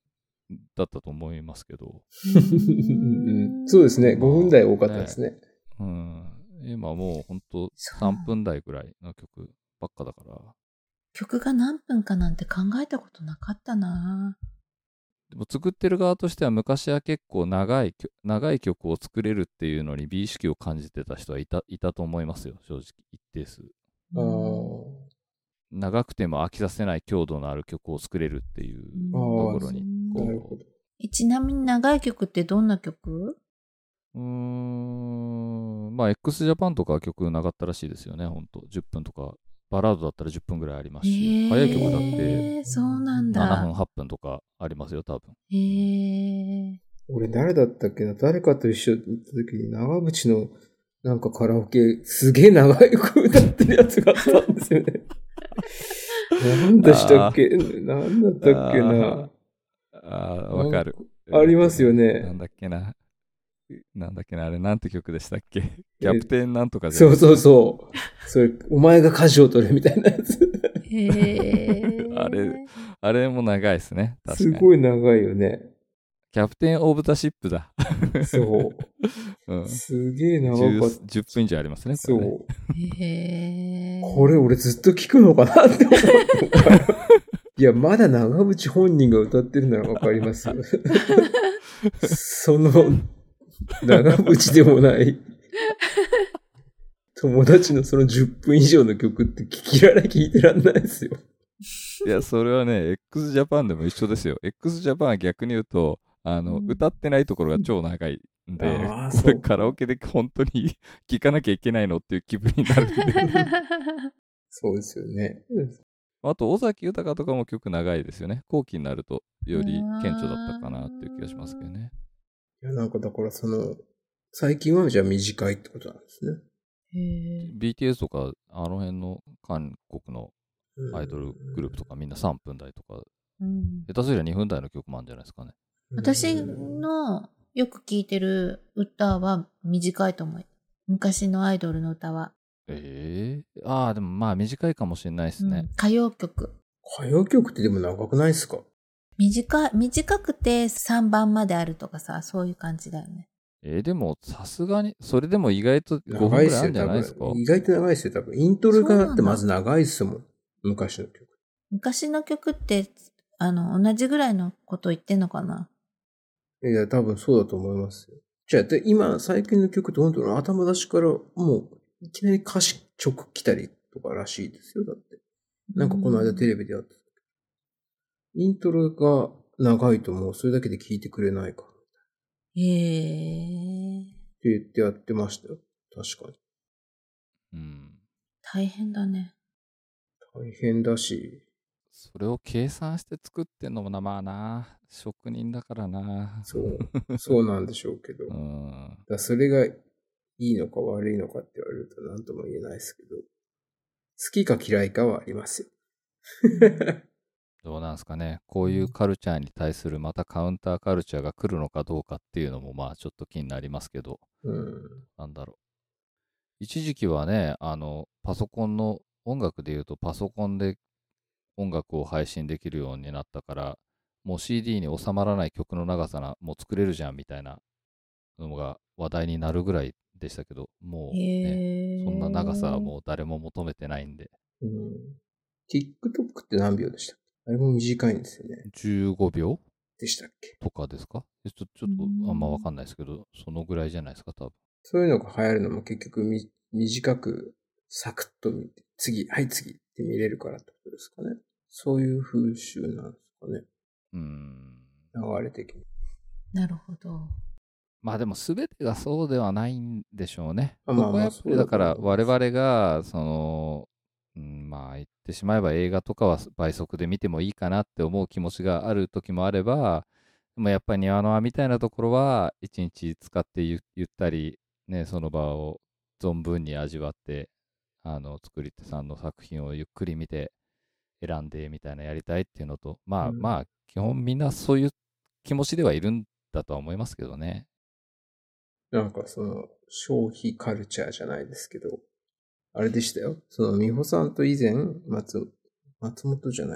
だったと思いますけど。 うんそうですね。ごふん台多かったですね。 うん。今もうほんとさんぷん台ぐらいの曲ばっかだから。 曲が何分かなんて考えたことなかったな。 でも作ってる側としては昔は結構長い、長い曲を作れるっていうのに美意識を感じてた人はいた、いたと思いますよ、正直一定数。 あー長くても飽きさせない強度のある曲を作れるっていうところにこう。 なるほど。 ちなみに長い曲ってどんな曲？ うーん、まあ x ジャパンとかは曲長かったらしいですよね、ほんと。じゅっぷんとか、バラードだったらじゅっぷんぐらいありますし、早い曲だってそうなんだ。 ななふん、はっぷんとかありますよ、多分。 へー。 俺誰だったっけな、誰かと一緒に行った時に長渕のなんかカラオケすげえ長い曲歌ってるやつがあったんですよね。何でしたっけ何だったっけな。 ああ、わかる。 ありますよね。 なんだっけな。なんだっけな、あれなんて曲でしたっけ。キャプテンなんとかじゃないですか。そうそうそう。それ、お前が舵を取るみたいなやつ。 へー。 あれ、あれも長いですね。確かに。 すごい長いよね。 キャプテンオブザシップだ。 そう。うん、すげえ長かった。 じゅっぷん以上ありますね。 これねそう。 へー。 これ俺ずっと聞くのかなって思った。いや、まだ長渕本人が歌ってるならわかりますよ。その、長渕でもない友達のそのじゅっぷん以上の曲って聞きられ聞いてらんないですよ。 いや、それはね、x ジャパンでも一緒ですよ。x ジャパンは逆に言うと、あの、うん、歌ってないところが超長いんで、これカラオケで本当に聴かなきゃいけないのっていう気分になるんで。 そうですよね。 あと、尾崎豊とかも曲長いですよね。後期になるとより顕著だったかなっていう気がしますけどね。 いや、なんかだからその、最近はじゃあ短いってことなんですね。 へビーティーエス とか、あの辺の韓国のアイドルグループとかみんなさんぷん台とか、うん、下手すりゃにふん台の曲もあるんじゃないですかね。 私のよく聴いてる歌は短いと思う。昔のアイドルの歌は。 ええー、ああ、でもまあ短いかもしれないですね、 うん。歌謡曲。 歌謡曲ってでも長くないですか？ 短い、短くてさんばんまであるとかさ、そういう感じだよね。 えー、でもさすがに、それでも意外とごふんぐらいあるんじゃないですか？ 意外と長いですよ、多分。イントロがあってまず長いですもん。昔の曲。 昔の曲って、あの、同じぐらいのこと言ってんのかな？ いや、多分そうだと思いますよ。じゃあ、で今、最近の曲って本当に頭出しからもう、いきなり歌詞直来たりとからしいですよ、だって。なんかこの間テレビでやってた。イントロが長いともうそれだけで聞いてくれないから。 へー。 って言ってやってましたよ。確かに。 うん。 大変だね。 大変だし。 それを計算して作ってんのもな、まあな、職人だからな。 そう。そうなんでしょうけど。うん、だそれがいいのか悪いのかって言われると何とも言えないですけど。好きか嫌いかはありますよ。 どうなんですかね。こういうカルチャーに対するまたカウンターカルチャーが来るのかどうかっていうのもまあちょっと気になりますけど。 うん、 なんだろう。一時期はね、あの、パソコンの音楽で言うとパソコンで音楽を配信できるようになったから、もう シーディー に収まらない曲の長さな、もう作れるじゃんみたいなのが話題になるぐらいでしたけど、もうね、そんな長さはもう誰も求めてないんで。 うん、TikTok って何秒でしたっけ？あれも短いんですよね。 じゅうごびょうでしたっけとかですか？ちょっと、ちょっとあんまわかんないですけど、そのぐらいじゃないですか、多分。 そういうのが流行るのも結局み短くサクッと見て、次、はい次って見れるからってことですかね。そういう風習なんですかね。 うーん。 流れ的に。 なるほど。 まあでも全てがそうではないんでしょうね。 まあまあここはやっぱりだから我々が、その、うん、まあ言ってしまえば映画とかは倍速で見てもいいかなって思う気持ちがある時もあれば、でもやっぱり庭の輪みたいなところは一日使ってゆゆったり、ね、その場を存分に味わって、あの作り手さんの作品をゆっくり見て選んでみたいなやりたいっていうのと、まあ、うん、まあ基本みんなそういう気持ちではいるんだとは思いますけどね。 なんかその消費カルチャーじゃないですけど、あれでしたよ。その美穂さんと以前、松、松本じゃない。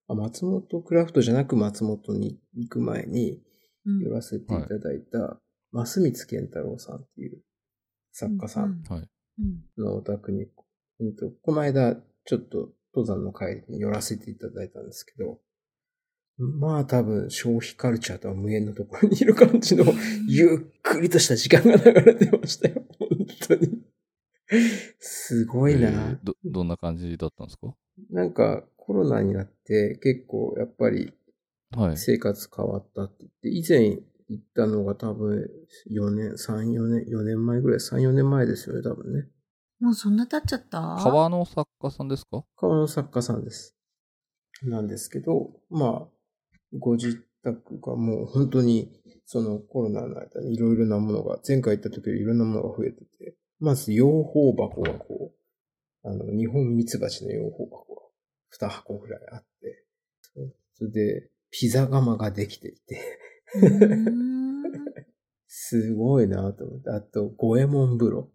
あ、松本クラフトじゃなく松本に行く前にうん寄らせていただいた、増光健太郎さんっていう作家さんはい。 うんのお宅に、うんと、この間ちょっと登山の会に寄らせていただいたんですけど、まあ多分消費カルチャーとは無縁のところにいる感じのゆっくりとした時間が流れてましたよ。本当に。すごいな、 えーど、どんな感じだったんですか？ なんかコロナになって結構やっぱりはい。 生活変わったって言って、以前行ったのが多分よねん、さん、よねん、よねんまえぐらい、さん、よねんまえですよね、多分ね。 もうそんな経っちゃった？ 革の作家さんですか？ 川の作家さんです。なんですけど、まあ、ご自宅がもう本当にそのコロナの間にいろいろなものが、前回行った時よりいろんなものが増えてて、まず養蜂箱がこう、あの、日本ミツバチの養蜂箱がに箱ぐらいあって、それで、ピザ窯ができていて、 うーんすごいなと思って。あと、五右衛門風呂。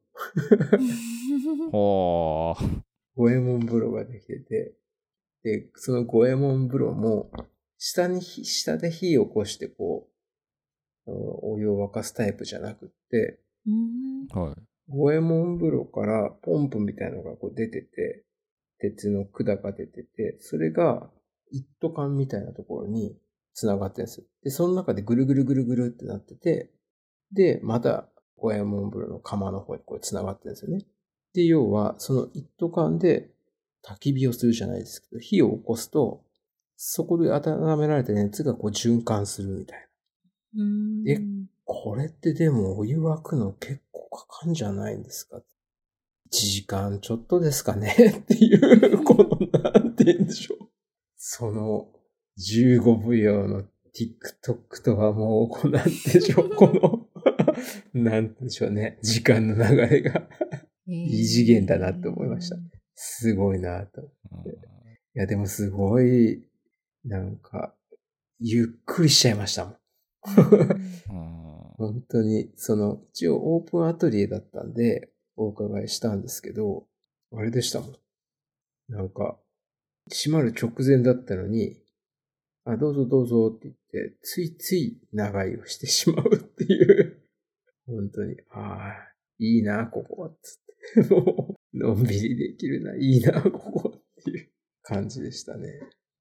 はあ。 五右衛門風呂ができてて、で、その五右衛門風呂も、下に火、下で火を起こしてこう、あのお湯を沸かすタイプじゃなくって、 うんはい。 五右衛門風呂からポンプみたいなのがこう出てて、鉄の管が出てて、それが一斗缶みたいなところに繋がってるんですよ。で、その中でぐるぐるぐるぐるってなってて、で、また五右衛門風呂の釜の方にこう繋がってるんですよね。で、要は、その一斗缶で焚き火をするじゃないですけど、火を起こすと、そこで温められた熱がこう循環するみたいな。 うんえこれってでもお湯沸くの結構かかんじゃないんですか？いちじかんちょっとですかねっていう、この、なんて言うんでしょう。その、じゅうごびょうの TikTok とはもう、こうなんでしょう、この、なんでしょうね、時間の流れが、異次元だなって思いました。すごいなと。 うんいや、でもすごい、なんか、ゆっくりしちゃいましたもん。 うん本当に、その、一応オープンアトリエだったんで、お伺いしたんですけど、あれでしたもん。なんか、閉まる直前だったのに、あ、どうぞどうぞって言って、ついつい長居をしてしまうっていう。本当に、ああ、いいな、ここは、つって。もう、のんびりできるな、いいな、ここっていう感じでしたね。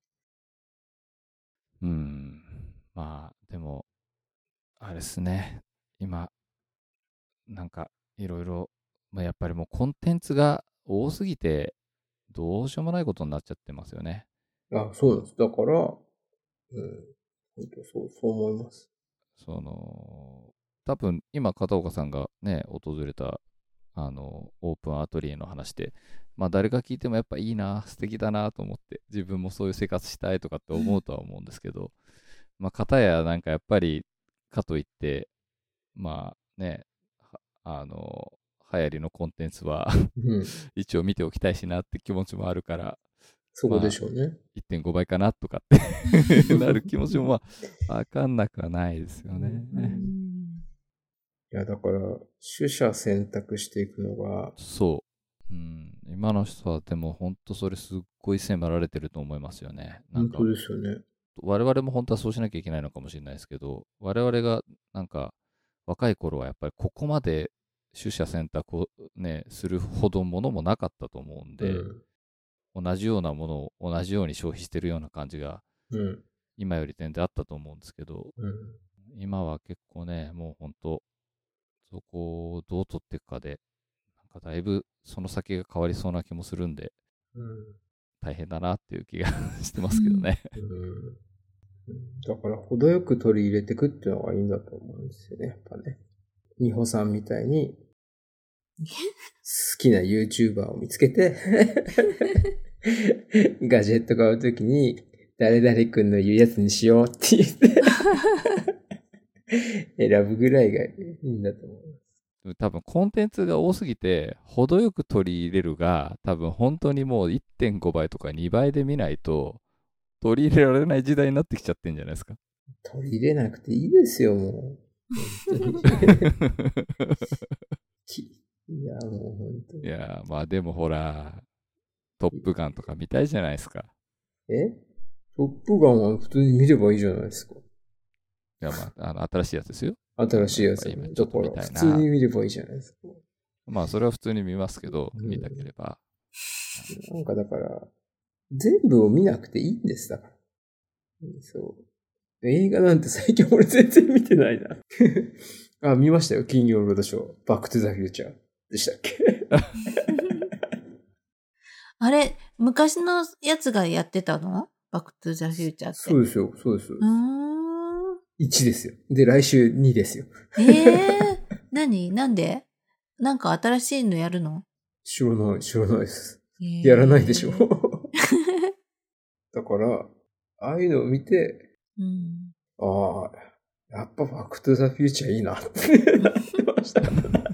うん。まあ、でも、あれですね。今、なんか、いろいろ、まあ、やっぱりもうコンテンツが多すぎて、どうしようもないことになっちゃってますよね。 あ、そうなんです。だから、うん、本当そう、そう思います。 その、多分、今、片岡さんがね、訪れた、あの、オープンアトリエの話で、まあ、誰が聞いてもやっぱいいな、素敵だなと思って、自分もそういう生活したいとかって思うとは思うんですけど、まあ、片やなんかやっぱり、かといって、まあね、はあの、流行りのコンテンツはうん。 一応見ておきたいしなって気持ちもあるから、 そこでしょうね。 いってんごばいかなとかってなる気持ちもまあ、わかんなくはないですよね。 うんいや、だから、取捨選択していくのが、 そう。うん、今の人はでも本当それすっごい迫られてると思いますよね。なんか本当ですよね。 我々も本当はそうしなきゃいけないのかもしれないですけど、我々がなんか若い頃はやっぱりここまで取捨選択をね、するほどものもなかったと思うんで、同じようなものを同じように消費してるような感じがうん。うん。 今より全然あったと思うんですけど、 うん。 今は結構ね、もう本当そこをどう取っていくかで、なんかだいぶその先が変わりそうな気もするんで、 うん。 大変だなっていう気がしてますけどね。 うんだから、程よく取り入れていくっていうのがいいんだと思うんですよね、やっぱね。美穂さんみたいに、好きな YouTuber を見つけて、ガジェット買うときに、誰々くんの言うやつにしようって言って選ぶぐらいがいいんだと思います。 多分コンテンツが多すぎて、程よく取り入れるが、多分本当にもういってんごばいとかにばいで見ないと、取り入れられない時代になってきちゃってんじゃないですか。 取り入れなくていいですよ、もう。本当にいや、もう本当に。 いやー、まあでもほら、トップガンとか見たいじゃないですか。 えトップガンは普通に見ればいいじゃないですか。 いや、まあ、あの、新しいやつですよ。 新しいやつ。 今ちだかょっと見たいなら、普通に見ればいいじゃないですか。 まあ、それは普通に見ますけど、 うん見たければ。 なんかだから、全部を見なくていいんです、だから。そう。映画なんて最近俺全然見てないな。あ、見ましたよ。金曜ロードショー。バックトゥザフューチャーでしたっけあれ、昔のやつがやってたの？バックトゥザフューチャーって。 そうですよ、そうですよ。 うーん。 いちですよ。で、来週にですよ。 ええー、何？なんで？なんか新しいのやるの？ 知らない、知らないです。 えー、 やらないでしょ。だから、ああいうのを見て、 うん、 ああ、やっぱバックトゥザフューチャーいいなってなってました。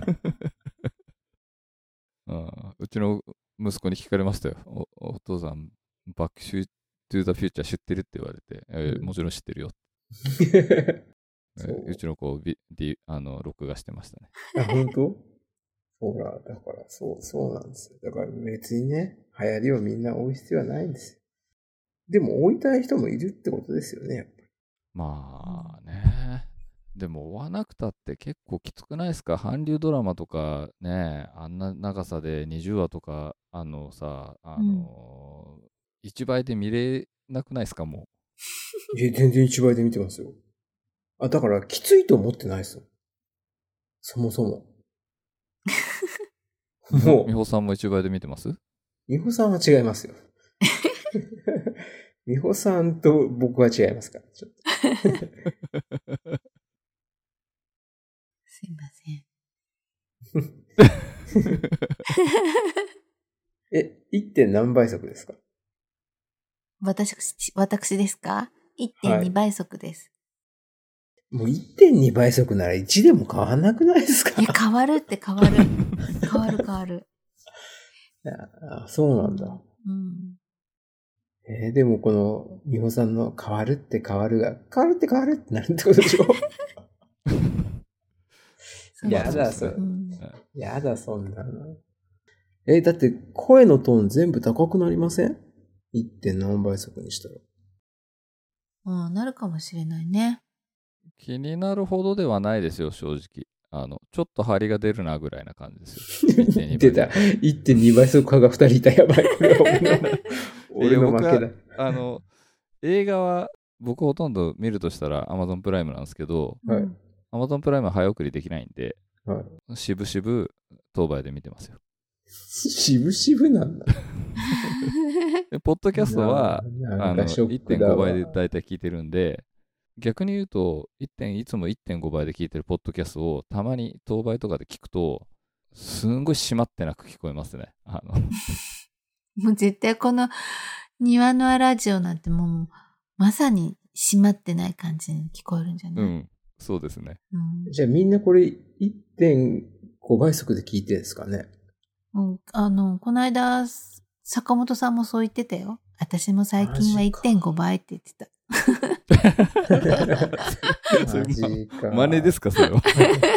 あうちの息子に聞かれましたよ。お、お父さん、バックトゥザフューチャー知ってるって言われて、えー、もちろん知ってるよ。えー、うちの子ビビあの録画してましたね。 あ、本当？ほら、だからそう、そうなんですよ。だから別にね、流行りをみんな追う必要はないんですよ。でも追いたい人もいるってことですよね、やっぱり。 まあね。でも追わなくたって結構きつくないですか？韓流ドラマとかね、あんな長さでにじゅうわとか、あのさ、あの、うん、いちばいで見れなくないですか、もう。え、全然いちばいで見てますよ。あ、だからきついと思ってないですよ。そもそも。 もう。美穂さんもいちばいで見てます？ 美穂さんは違いますよ。美穂さんと僕は違いますから、ちょっと。 すいません。 え、いってん 何倍速ですか？ 私、私ですか？ いってんに 倍速です。 もう いってんに 倍速ならいちでも変わんなくないですか？ いや、変わるって変わる。変わる変わる。 あ、そうなんだ。 うん。 えー、でもこの、美穂さんの変わるって変わるが、変わるって変わるってなるってことでしょ？やだ、それ。うん、やだ、そんなの。えー、だって声のトーン全部高くなりません？ いってん 何倍速にしたら。 うん、なるかもしれないね。 気になるほどではないですよ、正直。あの、ちょっと張りが出るなぐらいな感じですよ。 出た。いってんに 倍速化がふたりいた。やばい。これは俺の、俺の負けだ。 あの、映画は僕ほとんど見るとしたら Amazon プライムなんですけど、はい、Amazon プライムは早送りできないんで、はい、しぶしぶ当倍で見てますよ。 しぶしぶなんだ。 でポッドキャストはあの いってんご 倍でだいたい聞いてるんで、逆に言うといってんいつも いってんご 倍で聞いてるポッドキャストをたまに当倍とかで聞くとすんごい締まってなく聞こえますね。あのもう絶対この庭のラジオなんてもうまさに締まってない感じに聞こえるんじゃない？うん、 そうですね。 うん、じゃあみんなこれ いってんご 倍速で聞いてるんですかね？ うん、あの、この間、坂本さんもそう言ってたよ。私も最近は いってんご 倍って言ってた。 マジか。 真似ですか、それは。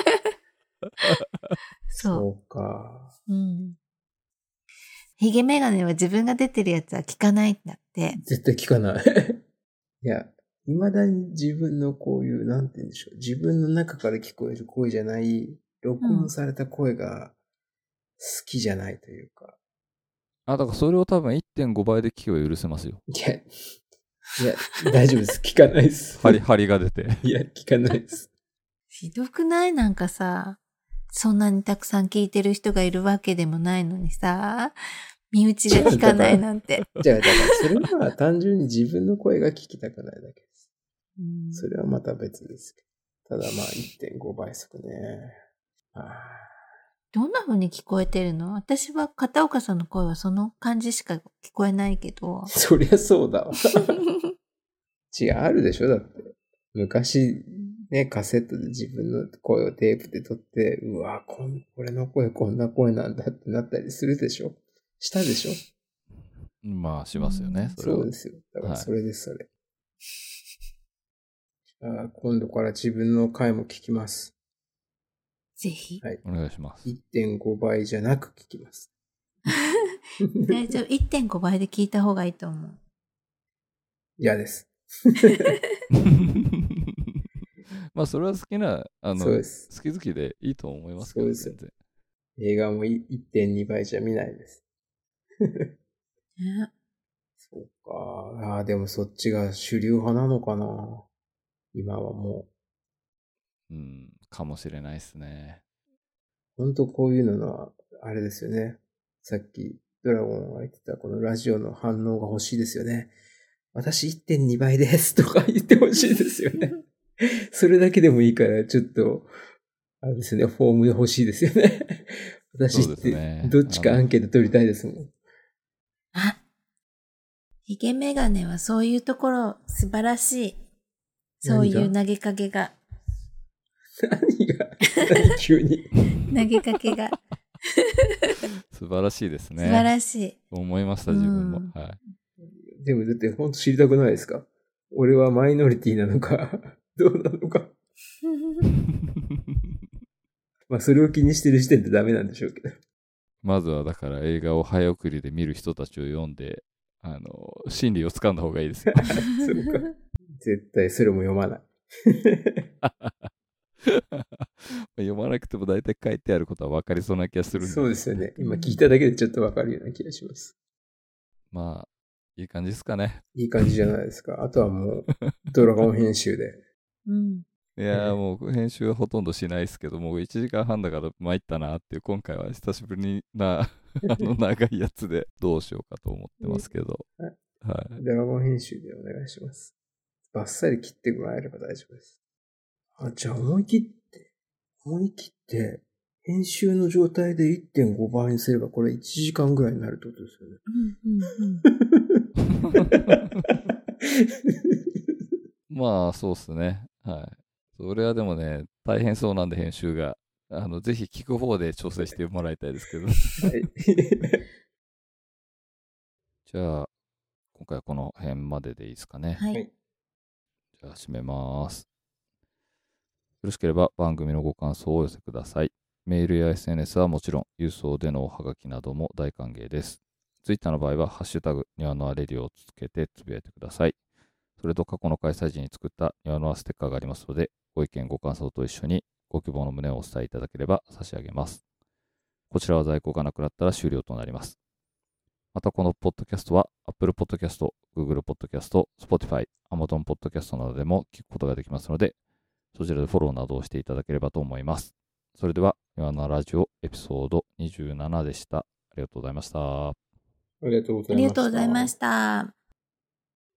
そう。 そうか。 うん。ヒゲメガネは自分が出てるやつは聞かないんだって。 絶対聞かない。いや、未だに自分のこういう、なんて言うんでしょう。自分の中から聞こえる声じゃない、録音された声が好きじゃないというか。 あ、だからそれを多分 いってんご 倍で聞けば許せますよ。 いや、いや、大丈夫です。聞かないです。 張り、張りが出て。 いや、聞かないです。 ひどくない？なんかさ、そんなにたくさん聞いてる人がいるわけでもないのにさ、身内が聞かないなんて。 じゃあ、だからそれは単純に自分の声が聞きたくないだけです。うん、それはまた別ですけど。ただまあ いってんご 倍速ね。あどんな風に聞こえてるの？私は片岡さんの声はその感じしか聞こえないけど。 そりゃそうだわ。違う、あるでしょ？だって。昔、ね、カセットで自分の声をテープで撮って、うわ、こん、俺の声こんな声なんだってなったりするでしょ？したでしょ？ まあ、しますよね。それはそうですよ。だからそれです、それ。はい、あ今度から自分の回も聞きます。 ぜひ。 はい。お願いします。 いってんご 倍じゃなく聞きます。 大丈夫。いってんご 倍で聞いた方がいいと思う。 嫌です。 まあそれは好きな、あの、 そうです。 好き好きでいいと思いますけど、全然。 映画も いってんに 倍じゃ見ないです。 ね、 そうか。ああ、でもそっちが主流派なのかな。今はもう。うん、かもしれないですね。 本当こういうのは、あれですよね。さっきドラゴンが言ってたこのラジオの反応が欲しいですよね。私 いってんに 倍ですとか言ってほしいですよね。それだけでもいいから、ちょっと、あれですね、フォームで欲しいですよね。私って、どっちかアンケート取りたいですもん。 あ、ヒゲメガネはそういうところ素晴らしい。そういう投げかけが。 何が何急に。 投げかけが。 素晴らしいですね。 素晴らしい。 思いました、自分も。うん、はい。 でもだって本当知りたくないですか？俺はマイノリティなのか、どうなのか。まあそれを気にしてる時点でダメなんでしょうけど。 まずはだから映画を早送りで見る人たちを読んで、あの、心理をつかんだ方がいいですよ。 そうか。絶対それも読まない。 読まなくても大体書いてあることは分かりそうな気がするんで。 そうですよね。今聞いただけでちょっと分かるような気がします。 まあ、いい感じですかね。 いい感じじゃないですか。あとはもう、ドラゴン編集で。 うん。 いやーもう編集はほとんどしないですけど、もういちじかんはんだから参ったなっていう、今回は久しぶりなあの長いやつでどうしようかと思ってますけど、 はい、 はい、 ドラゴン編集でお願いします。バッサリ切ってもらえれば大丈夫です。あ、じゃあ思い切って思い切って編集の状態で いってんご 倍にすればこれいちじかんぐらいになるってことですよね。 うんうんうん、 まあそうっすね。はい。それはでもね、大変そうなんで編集が。あの、ぜひ聞く方で調整してもらいたいですけど。はい。じゃあ、今回はこの辺まででいいですかね。 はい。 じゃあ、締めます。よろしければ番組のご感想をお寄せください。メールや エスエヌエス はもちろん、郵送でのおはがきなども大歓迎です。Twitter の場合は、ハッシュタグ、ニワノアレディオをつけてつぶやいてください。それと過去の開催時に作ったニワノアステッカーがありますので、ご意見ご感想と一緒にご希望の旨をお伝えいただければ差し上げます。こちらは在庫がなくなったら終了となります。またこのポッドキャストは Apple Podcast、Google Podcast、Spotify、Amazon Podcast などでも聞くことができますので、そちらでフォローなどをしていただければと思います。それでは、ニワノアラジオエピソードにじゅうななでした。ありがとうございました。 ありがとうございました。 ありがとうございました。